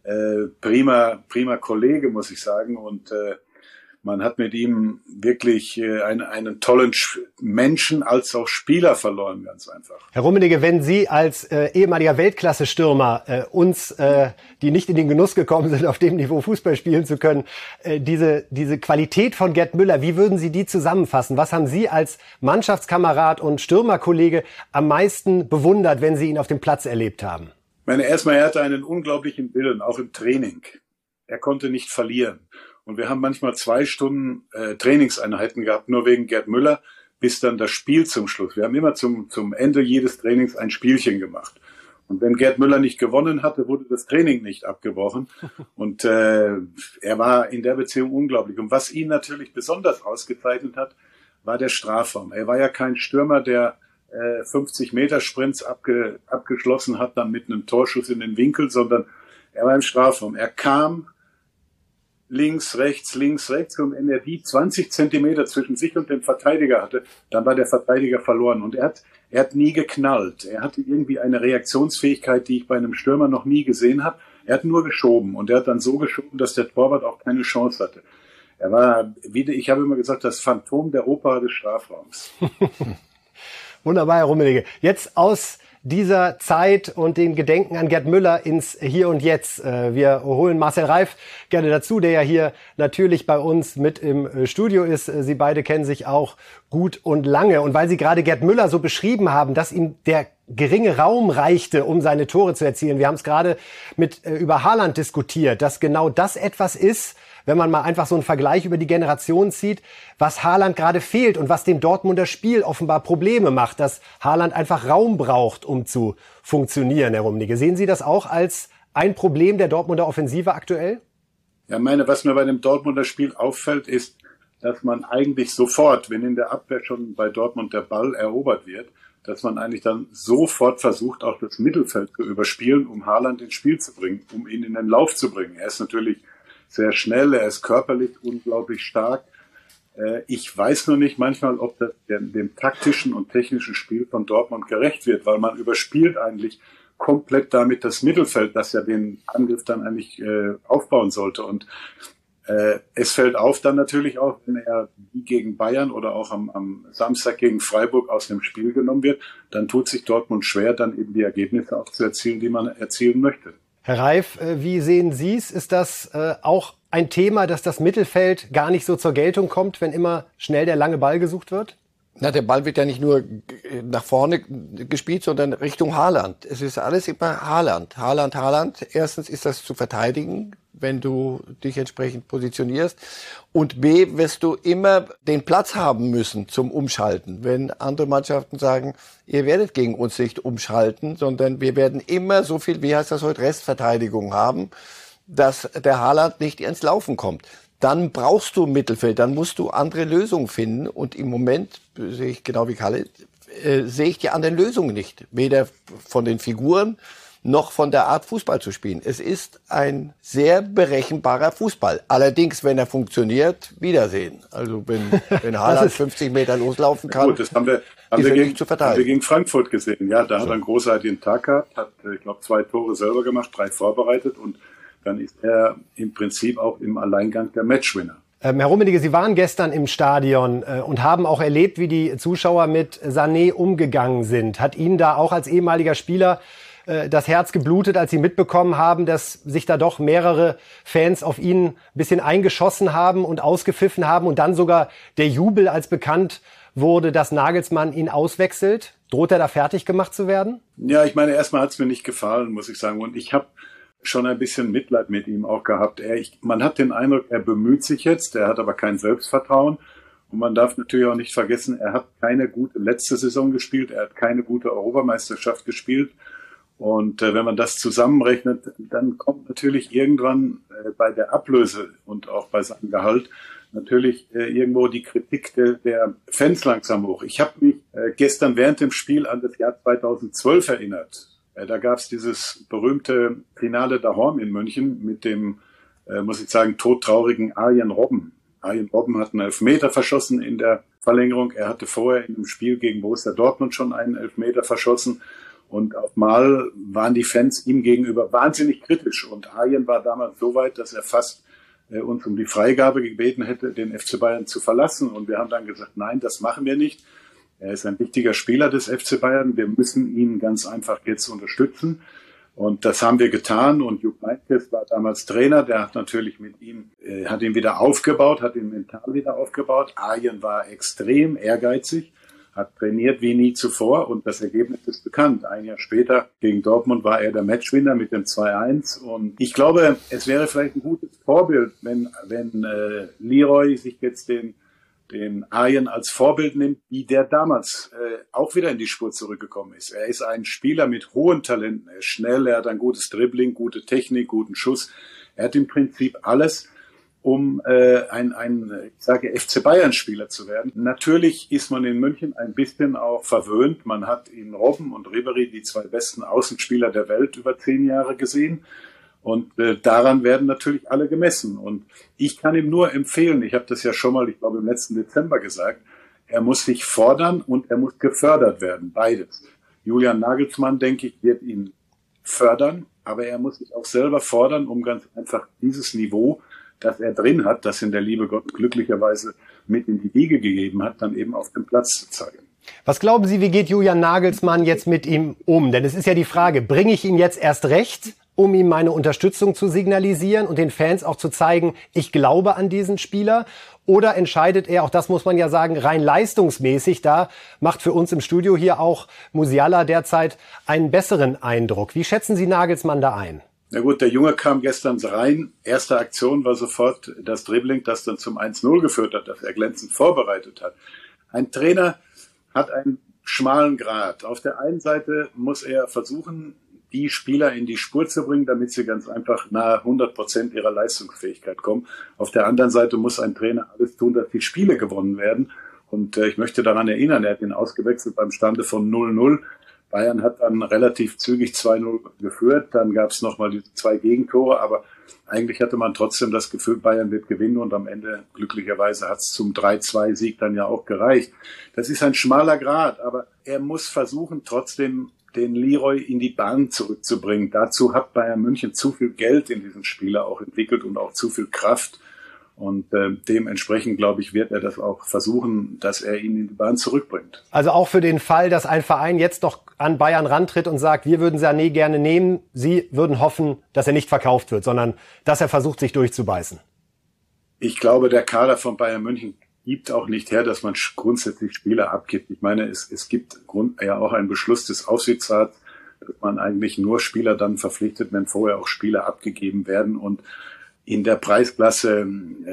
prima Kollege, muss ich sagen, und man hat mit ihm wirklich einen tollen Menschen als auch Spieler verloren, ganz einfach. Herr Rummenigge, wenn Sie als ehemaliger Weltklasse-Stürmer uns, die nicht in den Genuss gekommen sind, auf dem Niveau Fußball spielen zu können, diese Qualität von Gerd Müller, wie würden Sie die zusammenfassen? Was haben Sie als Mannschaftskamerad und Stürmerkollege am meisten bewundert, wenn Sie ihn auf dem Platz erlebt haben? Ich meine, erstmal, er hatte einen unglaublichen Willen, auch im Training. Er konnte nicht verlieren. Und wir haben manchmal 2 Stunden Trainingseinheiten gehabt, nur wegen Gerd Müller, bis dann das Spiel zum Schluss. Wir haben immer zum Ende jedes Trainings ein Spielchen gemacht. Und wenn Gerd Müller nicht gewonnen hatte, wurde das Training nicht abgebrochen. Und er war in der Beziehung unglaublich. Und was ihn natürlich besonders ausgezeichnet hat, war der Strafraum. Er war ja kein Stürmer, der 50-Meter-Sprints abgeschlossen hat, dann mit einem Torschuss in den Winkel, sondern er war im Strafraum. Er kam links, rechts, und wenn er die 20 Zentimeter zwischen sich und dem Verteidiger hatte, dann war der Verteidiger verloren. Und er hat nie geknallt. Er hatte irgendwie eine Reaktionsfähigkeit, die ich bei einem Stürmer noch nie gesehen habe. Er hat nur geschoben und er hat dann so geschoben, dass der Torwart auch keine Chance hatte. Er war, ich habe immer gesagt, das Phantom der Oper des Strafraums. Wunderbar, Herr Rummenigge. Jetzt aus dieser Zeit und den Gedenken an Gerd Müller ins Hier und Jetzt. Wir holen Marcel Reif gerne dazu, der ja hier natürlich bei uns mit im Studio ist. Sie beide kennen sich auch gut und lange. Und weil Sie gerade Gerd Müller so beschrieben haben, dass ihm der geringe Raum reichte, um seine Tore zu erzielen. Wir haben es gerade über Haaland diskutiert, dass genau das etwas ist, wenn man mal einfach so einen Vergleich über die Generation zieht, was Haaland gerade fehlt und was dem Dortmunder Spiel offenbar Probleme macht, dass Haaland einfach Raum braucht, um zu funktionieren, Herr Rummenigge. Sehen Sie das auch als ein Problem der Dortmunder Offensive aktuell? Ja, was mir bei dem Dortmunder Spiel auffällt, ist, dass man eigentlich sofort, wenn in der Abwehr schon bei Dortmund der Ball erobert wird, dass man eigentlich dann sofort versucht, auch das Mittelfeld zu überspielen, um Haaland ins Spiel zu bringen, um ihn in den Lauf zu bringen. Er ist natürlich sehr schnell, er ist körperlich unglaublich stark. Ich weiß nur nicht manchmal, ob das dem taktischen und technischen Spiel von Dortmund gerecht wird, weil man überspielt eigentlich komplett damit das Mittelfeld, das ja den Angriff dann eigentlich aufbauen sollte. Und es fällt auf dann natürlich auch, wenn er wie gegen Bayern oder auch am Samstag gegen Freiburg aus dem Spiel genommen wird, dann tut sich Dortmund schwer, dann eben die Ergebnisse auch zu erzielen, die man erzielen möchte. Herr Reif, wie sehen Sie es? Ist das auch ein Thema, dass das Mittelfeld gar nicht so zur Geltung kommt, wenn immer schnell der lange Ball gesucht wird? Na, der Ball wird ja nicht nur nach vorne gespielt, sondern Richtung Haaland. Es ist alles immer Haaland. Haaland. Erstens ist das zu verteidigen, wenn du dich entsprechend positionierst. Und B, wirst du immer den Platz haben müssen zum Umschalten. Wenn andere Mannschaften sagen, ihr werdet gegen uns nicht umschalten, sondern wir werden immer so viel, wie heißt das heute, Restverteidigung haben, dass der Haaland nicht ins Laufen kommt. Dann brauchst du Mittelfeld, dann musst du andere Lösungen finden. Und im Moment, sehe ich genau wie Kalle, sehe ich die anderen Lösungen nicht. Weder von den Figuren noch von der Art, Fußball zu spielen. Es ist ein sehr berechenbarer Fußball. Allerdings, wenn er funktioniert, Wiedersehen. Also wenn Haaland 50 Meter loslaufen kann, gut, das haben wir gegen Frankfurt gesehen. Ja, da hat er einen großartigen Tag gehabt, hat, ich glaube, 2 Tore selber gemacht, 3 vorbereitet und dann ist er im Prinzip auch im Alleingang der Matchwinner. Herr Rummenigge, Sie waren gestern im Stadion und haben auch erlebt, wie die Zuschauer mit Sané umgegangen sind. Hat Ihnen da auch als ehemaliger Spieler das Herz geblutet, als Sie mitbekommen haben, dass sich da doch mehrere Fans auf ihn ein bisschen eingeschossen haben und ausgepfiffen haben und dann sogar der Jubel, als bekannt wurde, dass Nagelsmann ihn auswechselt? Droht er da fertig gemacht zu werden? Ja, ich meine, erstmal hat es mir nicht gefallen, muss ich sagen. Und ich habe schon ein bisschen Mitleid mit ihm auch gehabt. Man hat den Eindruck, er bemüht sich jetzt, er hat aber kein Selbstvertrauen. Und man darf natürlich auch nicht vergessen, er hat keine gute letzte Saison gespielt, er hat keine gute Europameisterschaft gespielt. Und wenn man das zusammenrechnet, dann kommt natürlich irgendwann bei der Ablöse und auch bei seinem Gehalt natürlich irgendwo die Kritik der Fans langsam hoch. Ich habe mich gestern während dem Spiel an das Jahr 2012 erinnert. Da gab es dieses berühmte Finale daheim in München mit dem, muss ich sagen, todtraurigen Arjen Robben. Arjen Robben hat einen Elfmeter verschossen in der Verlängerung. Er hatte vorher in einem Spiel gegen Borussia Dortmund schon einen Elfmeter verschossen. Und auf Mal waren die Fans ihm gegenüber wahnsinnig kritisch. Und Arjen war damals so weit, dass er fast uns um die Freigabe gebeten hätte, den FC Bayern zu verlassen. Und wir haben dann gesagt, nein, das machen wir nicht. Er ist ein wichtiger Spieler des FC Bayern. Wir müssen ihn ganz einfach jetzt unterstützen. Und das haben wir getan. Und Jupp Heynckes war damals Trainer. Der hat natürlich mit ihm, hat ihn wieder aufgebaut, hat ihn mental wieder aufgebaut. Arjen war extrem ehrgeizig, hat trainiert wie nie zuvor. Und das Ergebnis ist bekannt. Ein Jahr später gegen Dortmund war er der Matchwinner mit dem 2-1. Und ich glaube, es wäre vielleicht ein gutes Vorbild, wenn Leroy sich jetzt den Arjen als Vorbild nimmt, wie der damals auch wieder in die Spur zurückgekommen ist. Er ist ein Spieler mit hohen Talenten. Er ist schnell, er hat ein gutes Dribbling, gute Technik, guten Schuss. Er hat im Prinzip alles, um ich sage, FC Bayern-Spieler zu werden. Natürlich ist man in München ein bisschen auch verwöhnt. Man hat in Robben und Ribéry die zwei besten Außenspieler der Welt über 10 Jahre gesehen. Und daran werden natürlich alle gemessen. Und ich kann ihm nur empfehlen, ich habe das ja schon mal, ich glaube im letzten Dezember gesagt, er muss sich fordern und er muss gefördert werden, beides. Julian Nagelsmann, denke ich, wird ihn fördern, aber er muss sich auch selber fordern, um ganz einfach dieses Niveau, das er drin hat, das in der liebe Gott glücklicherweise mit in die Wiege gegeben hat, dann eben auf dem Platz zu zeigen. Was glauben Sie, wie geht Julian Nagelsmann jetzt mit ihm um? Denn es ist ja die Frage, bringe ich ihn jetzt erst recht, um ihm meine Unterstützung zu signalisieren und den Fans auch zu zeigen, ich glaube an diesen Spieler? Oder entscheidet er, auch das muss man ja sagen, rein leistungsmäßig, da macht für uns im Studio hier auch Musiala derzeit einen besseren Eindruck. Wie schätzen Sie Nagelsmann da ein? Na gut, der Junge kam gestern rein. Erste Aktion war sofort das Dribbling, das dann zum 1-0 geführt hat, das er glänzend vorbereitet hat. Ein Trainer hat einen schmalen Grat. Auf der einen Seite muss er versuchen, die Spieler in die Spur zu bringen, damit sie ganz einfach nahe 100% ihrer Leistungsfähigkeit kommen. Auf der anderen Seite muss ein Trainer alles tun, dass die Spiele gewonnen werden. Und ich möchte daran erinnern, er hat ihn ausgewechselt beim Stande von 0-0. Bayern hat dann relativ zügig 2-0 geführt. Dann gab es nochmal die 2 Gegentore. Aber eigentlich hatte man trotzdem das Gefühl, Bayern wird gewinnen. Und am Ende, glücklicherweise, hat es zum 3-2-Sieg dann ja auch gereicht. Das ist ein schmaler Grat. Aber er muss versuchen, trotzdem den Leroy in die Bahn zurückzubringen. Dazu hat Bayern München zu viel Geld in diesen Spieler auch entwickelt und auch zu viel Kraft. Und dementsprechend, glaube ich, wird er das auch versuchen, dass er ihn in die Bahn zurückbringt. Also auch für den Fall, dass ein Verein jetzt noch an Bayern rantritt und sagt, wir würden Sané gerne nehmen, Sie würden hoffen, dass er nicht verkauft wird, sondern dass er versucht, sich durchzubeißen. Ich glaube, der Kader von Bayern München gibt auch nicht her, dass man grundsätzlich Spieler abgibt. Ich meine, es gibt ja auch einen Beschluss des Aufsichtsrats, dass man eigentlich nur Spieler dann verpflichtet, wenn vorher auch Spieler abgegeben werden. Und in der Preisklasse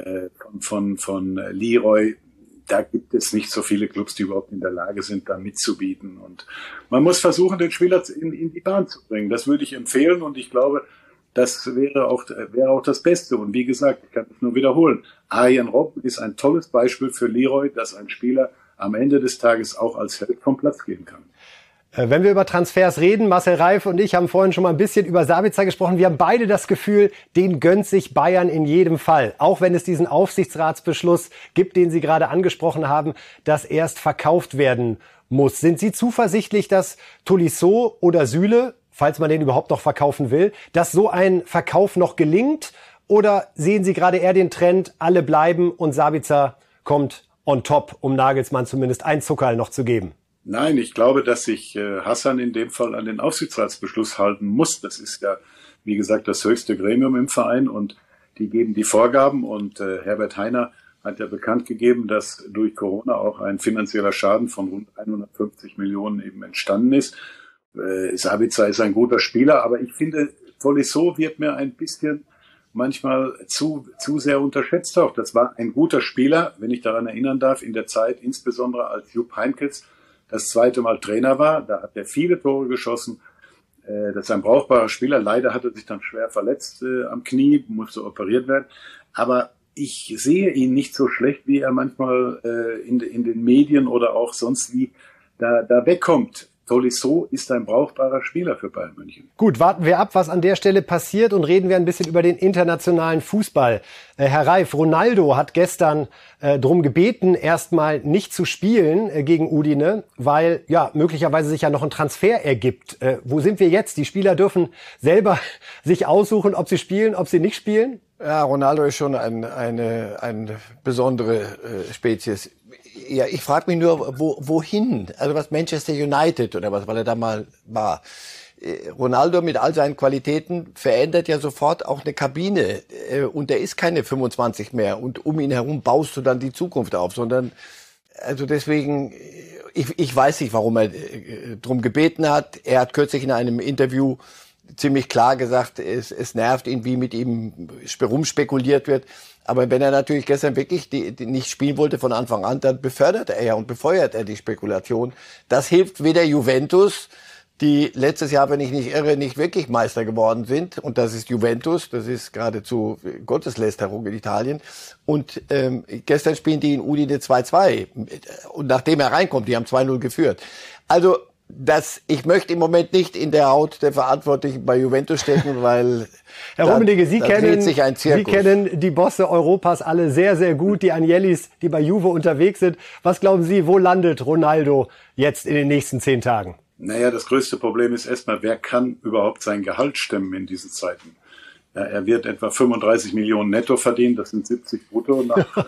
von Leroy, da gibt es nicht so viele Clubs, die überhaupt in der Lage sind, da mitzubieten. Und man muss versuchen, den Spieler in die Bahn zu bringen. Das würde ich empfehlen und ich glaube, das wäre auch das Beste. Und wie gesagt, ich kann es nur wiederholen. Arjen Robben ist ein tolles Beispiel für Leroy, dass ein Spieler am Ende des Tages auch als Held vom Platz gehen kann. Wenn wir über Transfers reden, Marcel Reif und ich haben vorhin schon mal ein bisschen über Sabitzer gesprochen. Wir haben beide das Gefühl, den gönnt sich Bayern in jedem Fall. Auch wenn es diesen Aufsichtsratsbeschluss gibt, den Sie gerade angesprochen haben, dass erst verkauft werden muss. Sind Sie zuversichtlich, dass Tolisso oder Süle, falls man den überhaupt noch verkaufen will, dass so ein Verkauf noch gelingt? Oder sehen Sie gerade eher den Trend, alle bleiben und Sabitzer kommt on top, um Nagelsmann zumindest ein Zuckerl noch zu geben? Nein, ich glaube, dass sich Hassan in dem Fall an den Aufsichtsratsbeschluss halten muss. Das ist ja, wie gesagt, das höchste Gremium im Verein und die geben die Vorgaben. Und Herbert Hainer hat ja bekannt gegeben, dass durch Corona auch ein finanzieller Schaden von rund 150 Millionen eben entstanden ist. Sabitzer ist ein guter Spieler, aber ich finde, Tolisso wird mir ein bisschen manchmal zu sehr unterschätzt auch. Das war ein guter Spieler, wenn ich daran erinnern darf, in der Zeit, insbesondere als Jupp Heynckes das zweite Mal Trainer war. Da hat er viele Tore geschossen. Das ist ein brauchbarer Spieler. Leider hat er sich dann schwer verletzt am Knie, musste operiert werden. Aber ich sehe ihn nicht so schlecht, wie er manchmal in den Medien oder auch sonst wie da wegkommt. Tolisso ist ein brauchbarer Spieler für Bayern München. Gut, warten wir ab, was an der Stelle passiert und reden wir ein bisschen über den internationalen Fußball. Herr Reif, Ronaldo hat gestern drum gebeten, erstmal nicht zu spielen gegen Udine, weil ja möglicherweise sich ja noch ein Transfer ergibt. Wo sind wir jetzt? Die Spieler dürfen selber sich aussuchen, ob sie spielen, ob sie nicht spielen? Ja, Ronaldo ist schon eine besondere Spezies. Ja, ich frage mich nur, wohin? Also was Manchester United oder was, weil er da mal war. Ronaldo mit all seinen Qualitäten verändert ja sofort auch eine Kabine. Und der ist keine 25 mehr. Und um ihn herum baust du dann die Zukunft auf. Sondern, also deswegen, ich weiß nicht, warum er drum gebeten hat. Er hat kürzlich in einem Interview ziemlich klar gesagt, es nervt ihn, wie mit ihm rumspekuliert wird. Aber wenn er natürlich gestern wirklich die nicht spielen wollte von Anfang an, dann befördert er ja und befeuert er die Spekulation. Das hilft weder Juventus, die letztes Jahr, wenn ich nicht irre, nicht wirklich Meister geworden sind. Und das ist Juventus, das ist geradezu Gotteslästerung in Italien. Und gestern spielen die in Udine 2-2. Und nachdem er reinkommt, die haben 2-0 geführt. Also ich möchte im Moment nicht in der Haut der Verantwortlichen bei Juventus stecken, weil Herr Rummenigge, Sie kennen die Bosse Europas alle sehr, sehr gut, die Agnellis, die bei Juve unterwegs sind. Was glauben Sie, wo landet Ronaldo jetzt in den nächsten 10 Tagen? Naja, das größte Problem ist erstmal, wer kann überhaupt sein Gehalt stemmen in diesen Zeiten? Ja, er wird etwa 35 Millionen netto verdienen, das sind 70 brutto nach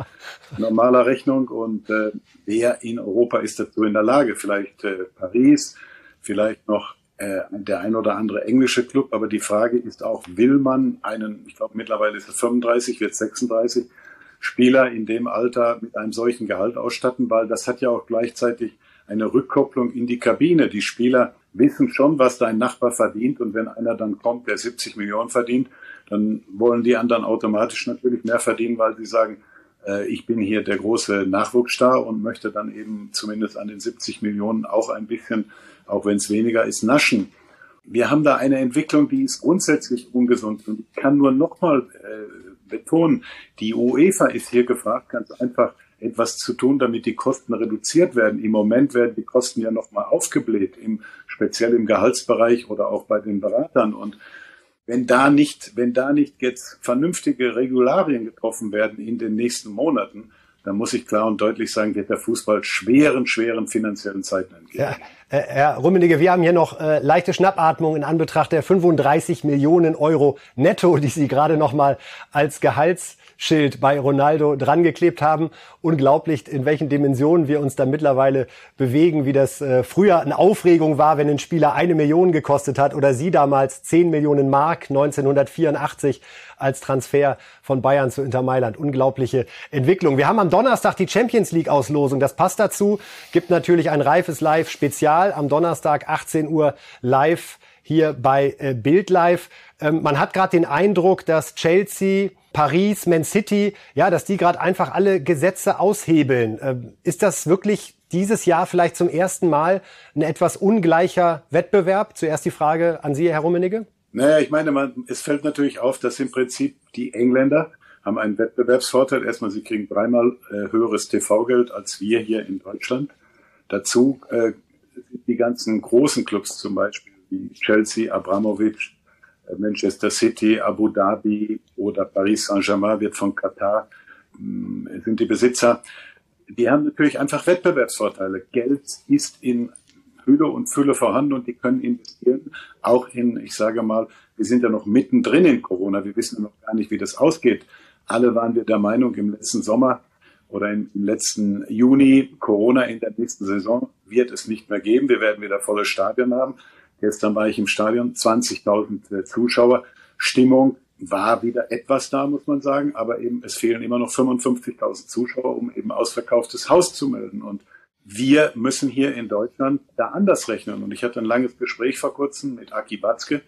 normaler Rechnung. Und wer in Europa ist dazu in der Lage? Vielleicht Paris, vielleicht noch der ein oder andere englische Club. Aber die Frage ist auch, will man ich glaube mittlerweile ist er 35, wird 36, Spieler in dem Alter mit einem solchen Gehalt ausstatten? Weil das hat ja auch gleichzeitig eine Rückkopplung in die Kabine. Die Spieler wissen schon, was dein Nachbar verdient. Und wenn einer dann kommt, der 70 Millionen verdient, dann wollen die anderen automatisch natürlich mehr verdienen, weil sie sagen, ich bin hier der große Nachwuchsstar und möchte dann eben zumindest an den 70 Millionen auch ein bisschen, auch wenn es weniger ist, naschen. Wir haben da eine Entwicklung, die ist grundsätzlich ungesund. Und ich kann nur nochmal betonen, die UEFA ist hier gefragt, ganz einfach etwas zu tun, damit die Kosten reduziert werden. Im Moment werden die Kosten ja nochmal aufgebläht, speziell im Gehaltsbereich oder auch bei den Beratern. Und wenn da nicht jetzt vernünftige Regularien getroffen werden in den nächsten Monaten, dann muss ich klar und deutlich sagen, wird der Fußball schweren finanziellen Zeiten entgehen. Ja, Herr Rummenigge, wir haben hier noch leichte Schnappatmung in Anbetracht der 35 Millionen Euro netto, die Sie gerade noch mal als Gehaltsschild bei Ronaldo drangeklebt haben. Unglaublich, in welchen Dimensionen wir uns da mittlerweile bewegen, wie das früher eine Aufregung war, wenn ein Spieler 1 Million gekostet hat oder Sie damals 10 Millionen Mark 1984 als Transfer von Bayern zu Inter Mailand. Unglaubliche Entwicklung. Wir haben am Donnerstag die Champions League Auslosung. Das passt dazu. Gibt natürlich ein Reifes Live Spezial am Donnerstag 18 Uhr live hier bei Bild Live. Man hat gerade den Eindruck, dass Chelsea, Paris, Man City, ja, dass die gerade einfach alle Gesetze aushebeln. Ist das wirklich dieses Jahr vielleicht zum ersten Mal ein etwas ungleicher Wettbewerb? Zuerst die Frage an Sie, Herr Rummenigge. Naja, ich meine, es fällt natürlich auf, dass im Prinzip die Engländer haben einen Wettbewerbsvorteil. Erstmal, sie kriegen 3-mal höheres TV-Geld als wir hier in Deutschland. Dazu die ganzen großen Clubs zum Beispiel, wie Chelsea, Abramovich, Manchester City, Abu Dhabi oder Paris Saint-Germain wird von Katar, sind die Besitzer. Die haben natürlich einfach Wettbewerbsvorteile. Geld ist in Hülle und Fülle vorhanden und die können investieren. Auch ich sage mal, wir sind ja noch mittendrin in Corona. Wir wissen noch gar nicht, wie das ausgeht. Alle waren wir der Meinung im letzten Sommer oder im letzten Juni, Corona in der nächsten Saison wird es nicht mehr geben. Wir werden wieder volle Stadien haben. Gestern war ich im Stadion, 20.000 Zuschauer. Stimmung war wieder etwas da, muss man sagen. Aber eben, es fehlen immer noch 55.000 Zuschauer, um eben ausverkauftes Haus zu melden. Und wir müssen hier in Deutschland da anders rechnen. Und ich hatte ein langes Gespräch vor kurzem mit Aki Batzke.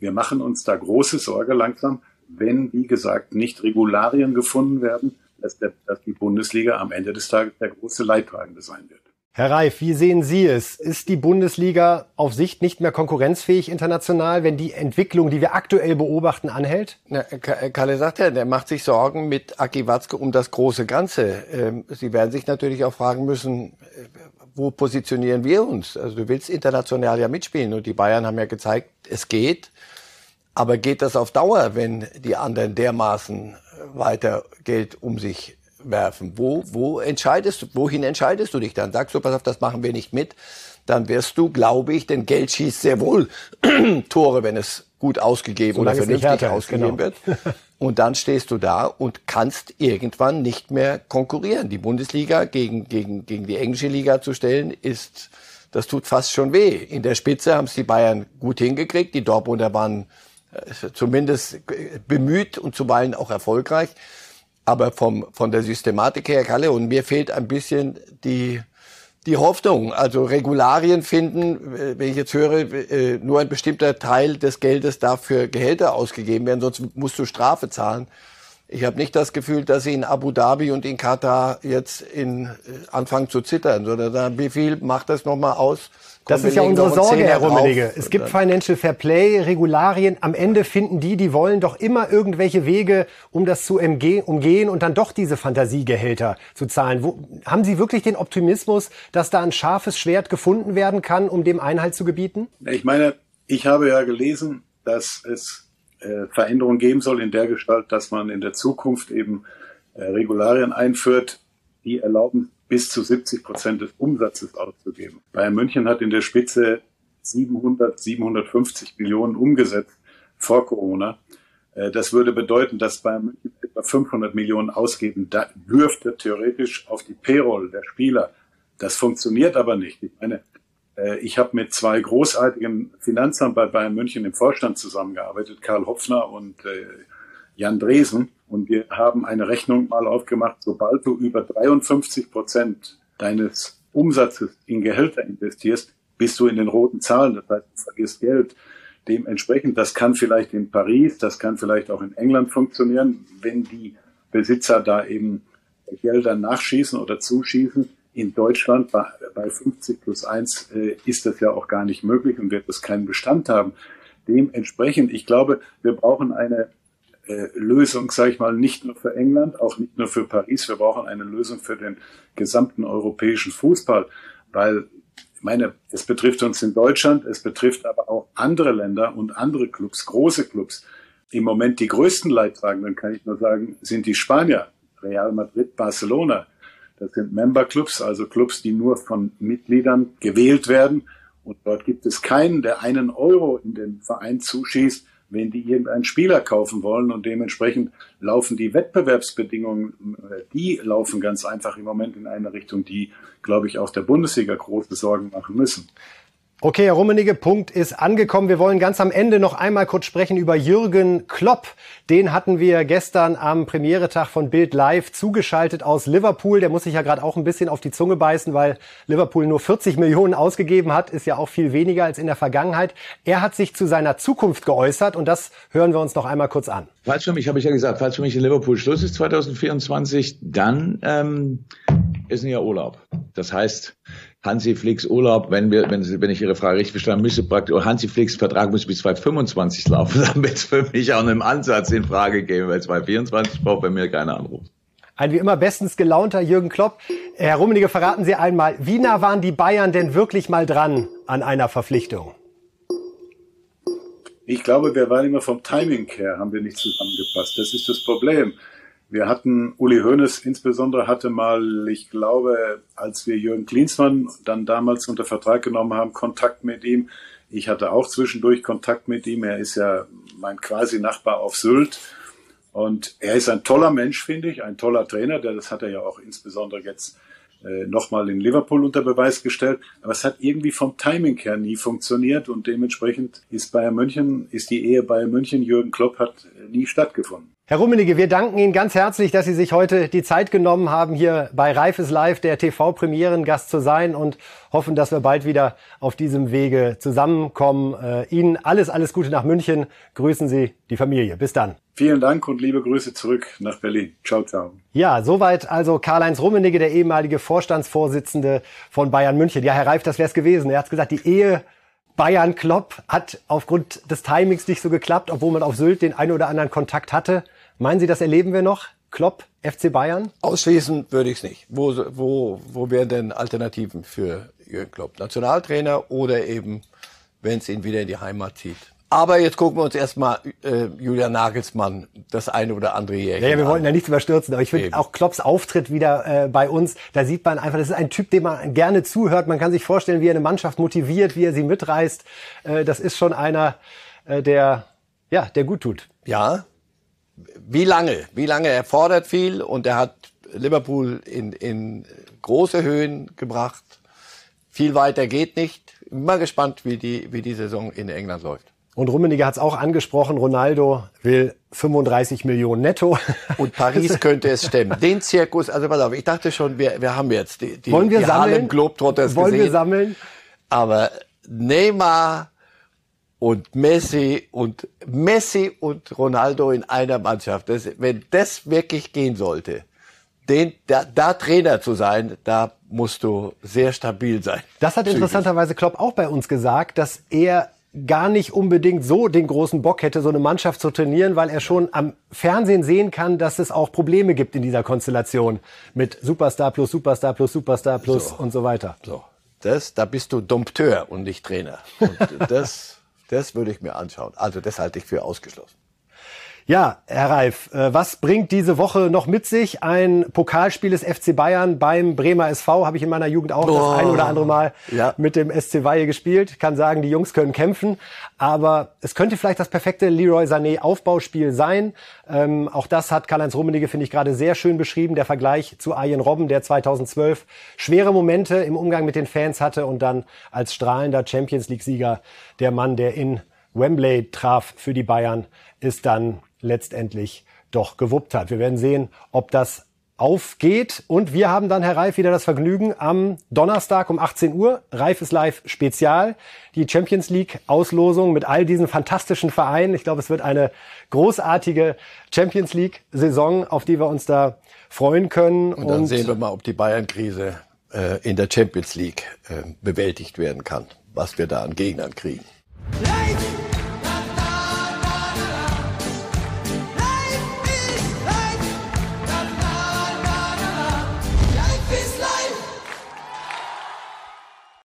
wir machen uns da große Sorge langsam, wenn, wie gesagt, nicht Regularien gefunden werden, dass die Bundesliga am Ende des Tages der große Leidtragende sein wird. Herr Reif, wie sehen Sie es? Ist die Bundesliga auf Sicht nicht mehr konkurrenzfähig international, wenn die Entwicklung, die wir aktuell beobachten, anhält? Kalle sagt ja, der macht sich Sorgen mit Aki Watzke um das große Ganze. Sie werden sich natürlich auch fragen müssen, wo positionieren wir uns? Also du willst international ja mitspielen und die Bayern haben ja gezeigt, es geht. Aber geht das auf Dauer, wenn die anderen dermaßen weiter Geld um sich werfen? Wohin entscheidest du dich dann? Sagst du, pass auf, das machen wir nicht mit. Dann wirst du, glaube ich, denn Geld schießt sehr wohl Tore, wenn es gut ausgegeben oder vernünftig ausgegeben wird. Und dann stehst du da und kannst irgendwann nicht mehr konkurrieren. Die Bundesliga gegen die englische Liga zu stellen, das tut fast schon weh. In der Spitze haben es die Bayern gut hingekriegt. Die Dortmunder waren zumindest bemüht und zuweilen auch erfolgreich. Aber von der Systematik her, Kalle, und mir fehlt ein bisschen die Hoffnung. Also Regularien finden, wenn ich jetzt höre, nur ein bestimmter Teil des Geldes darf für Gehälter ausgegeben werden, sonst musst du Strafe zahlen. Ich habe nicht das Gefühl, dass sie in Abu Dhabi und in Katar jetzt anfangen zu zittern, sondern wie viel macht das nochmal aus? Das ist ja unsere Sorge, Herr Rummenigge. Es gibt Financial Fair Play, Regularien. Am Ende finden die wollen doch immer irgendwelche Wege, um das zu umgehen und dann doch diese Fantasiegehälter zu zahlen. Haben Sie wirklich den Optimismus, dass da ein scharfes Schwert gefunden werden kann, um dem Einhalt zu gebieten? Ich meine, ich habe ja gelesen, dass es Veränderungen geben soll in der Gestalt, dass man in der Zukunft eben Regularien einführt, die erlauben, bis zu 70% des Umsatzes auszugeben. Bayern München hat in der Spitze 750 Millionen umgesetzt vor Corona. Das würde bedeuten, dass Bayern München etwa 500 Millionen ausgeben dürfte, theoretisch auf die Payroll der Spieler. Das funktioniert aber nicht. Ich meine, ich habe mit zwei großartigen Finanzern bei Bayern München im Vorstand zusammengearbeitet, Karl Hopfner und Jan Dresen. Und wir haben eine Rechnung mal aufgemacht, sobald du über 53% deines Umsatzes in Gehälter investierst, bist du in den roten Zahlen. Das heißt, du vergisst Geld. Dementsprechend, das kann vielleicht in Paris, das kann vielleicht auch in England funktionieren, wenn die Besitzer da eben Gelder nachschießen oder zuschießen. In Deutschland bei 50+1 ist das ja auch gar nicht möglich und wird es keinen Bestand haben. Dementsprechend, ich glaube, wir brauchen eine Lösung, sage ich mal, nicht nur für England, auch nicht nur für Paris. Wir brauchen eine Lösung für den gesamten europäischen Fußball, weil, ich meine, es betrifft uns in Deutschland, es betrifft aber auch andere Länder und andere Clubs, große Clubs. Im Moment die größten Leidtragenden, kann ich nur sagen, sind die Spanier, Real Madrid, Barcelona. Das sind Member-Clubs, also Clubs, die nur von Mitgliedern gewählt werden. Und dort gibt es keinen, der einen Euro in den Verein zuschießt, wenn die irgendeinen Spieler kaufen wollen, und dementsprechend laufen die Wettbewerbsbedingungen, die laufen ganz einfach im Moment in eine Richtung, die, glaube ich, auch der Bundesliga große Sorgen machen müssen. Okay, Herr Rummenigge, Punkt ist angekommen. Wir wollen ganz am Ende noch einmal kurz sprechen über Jürgen Klopp. Den hatten wir gestern am Premieretag von Bild Live zugeschaltet aus Liverpool. Der muss sich ja gerade auch ein bisschen auf die Zunge beißen, weil Liverpool nur 40 Millionen ausgegeben hat. Ist ja auch viel weniger als in der Vergangenheit. Er hat sich zu seiner Zukunft geäußert und das hören wir uns noch einmal kurz an. Falls für mich, habe ich ja gesagt, falls für mich in Liverpool Schluss ist 2024, dann ist ein Jahr Urlaub. Das heißt, Hansi Flicks Urlaub, wenn ich Ihre Frage richtig verstanden müsste, praktisch, Hansi Flicks Vertrag muss bis 2025 laufen, dann wird es für mich auch einen Ansatz in Frage geben, weil 2024 braucht bei mir keiner Anruf. Ein wie immer bestens gelaunter Jürgen Klopp. Herr Rummenigge, verraten Sie einmal, wie nah waren die Bayern denn wirklich mal dran an einer Verpflichtung? Ich glaube, wir waren immer vom Timing her, haben wir nicht zusammengepasst. Das ist das Problem. Wir hatten, Uli Hoeneß insbesondere hatte mal, ich glaube, als wir Jürgen Klinsmann dann damals unter Vertrag genommen haben, Kontakt mit ihm. Ich hatte auch zwischendurch Kontakt mit ihm. Er ist ja mein quasi Nachbar auf Sylt. Und er ist ein toller Mensch, finde ich, ein toller Trainer. Das hat er ja auch insbesondere jetzt nochmal in Liverpool unter Beweis gestellt. Aber es hat irgendwie vom Timing her nie funktioniert und dementsprechend ist die Ehe Bayern München, Jürgen Klopp hat nie stattgefunden. Herr Rummenigge, wir danken Ihnen ganz herzlich, dass Sie sich heute die Zeit genommen haben, hier bei Reif ist live, der TV-Premierengast zu sein, und hoffen, dass wir bald wieder auf diesem Wege zusammenkommen. Ihnen alles Gute nach München. Grüßen Sie die Familie. Bis dann. Vielen Dank und liebe Grüße zurück nach Berlin. Ciao, ciao. Ja, soweit also Karl-Heinz Rummenigge, der ehemalige Vorstandsvorsitzende von Bayern München. Ja, Herr Reif, das wär's gewesen. Er hat gesagt, die Ehe Bayern-Klopp hat aufgrund des Timings nicht so geklappt, obwohl man auf Sylt den einen oder anderen Kontakt hatte. Meinen Sie, das erleben wir noch? Klopp, FC Bayern? Ausschließen würde ich es nicht. Wo wären denn Alternativen für Jürgen Klopp? Nationaltrainer oder eben, wenn es ihn wieder in die Heimat zieht? Aber jetzt gucken wir uns erstmal Julian Nagelsmann das eine oder andere Jährchen Ja, wir an. wollten ja nichts überstürzen, aber ich finde auch Klopps Auftritt wieder bei uns, da sieht man einfach, das ist ein Typ, dem man gerne zuhört. Man kann sich vorstellen, wie er eine Mannschaft motiviert, wie er sie mitreißt. Das ist schon einer, der gut tut. Ja. Wie lange? Er fordert viel und er hat Liverpool in große Höhen gebracht. Viel weiter geht nicht. Mal gespannt, wie die Saison in England läuft. Und Rummenigge hat es auch angesprochen, Ronaldo will 35 Millionen netto. Und Paris könnte es stemmen. Den Zirkus, also pass auf, ich dachte schon, wir haben jetzt die Harlem Globetrotters Wollen gesehen. wir sammeln? Aber Neymar und Messi und Ronaldo in einer Mannschaft, wenn das wirklich gehen sollte, da Trainer zu sein, da musst du sehr stabil sein. Das hat interessanterweise Klopp auch bei uns gesagt, dass er gar nicht unbedingt so den großen Bock hätte, so eine Mannschaft zu trainieren, weil er schon am Fernsehen sehen kann, dass es auch Probleme gibt in dieser Konstellation mit Superstar plus Superstar plus Superstar plus und so weiter. So, da bist du Dompteur und nicht Trainer. Und das würde ich mir anschauen. Also das halte ich für ausgeschlossen. Ja, Herr Reif, was bringt diese Woche noch mit sich? Ein Pokalspiel des FC Bayern beim Bremer SV, habe ich in meiner Jugend auch das ein oder andere Mal mit dem SC Weihe gespielt. Kann sagen, die Jungs können kämpfen, aber es könnte vielleicht das perfekte Leroy Sané Aufbauspiel sein. Auch das hat Karl-Heinz Rummenigge, finde ich, gerade sehr schön beschrieben. Der Vergleich zu Arjen Robben, der 2012 schwere Momente im Umgang mit den Fans hatte und dann als strahlender Champions-League-Sieger der Mann, der in Wembley traf für die Bayern, ist dann letztendlich doch gewuppt hat. Wir werden sehen, ob das aufgeht. Und wir haben dann, Herr Reif, wieder das Vergnügen am Donnerstag um 18 Uhr. Reif ist live Spezial. Die Champions League Auslosung mit all diesen fantastischen Vereinen. Ich glaube, es wird eine großartige Champions League Saison, auf die wir uns da freuen können. Und dann sehen wir mal, ob die Bayern-Krise in der Champions League bewältigt werden kann. Was wir da an Gegnern kriegen. Life!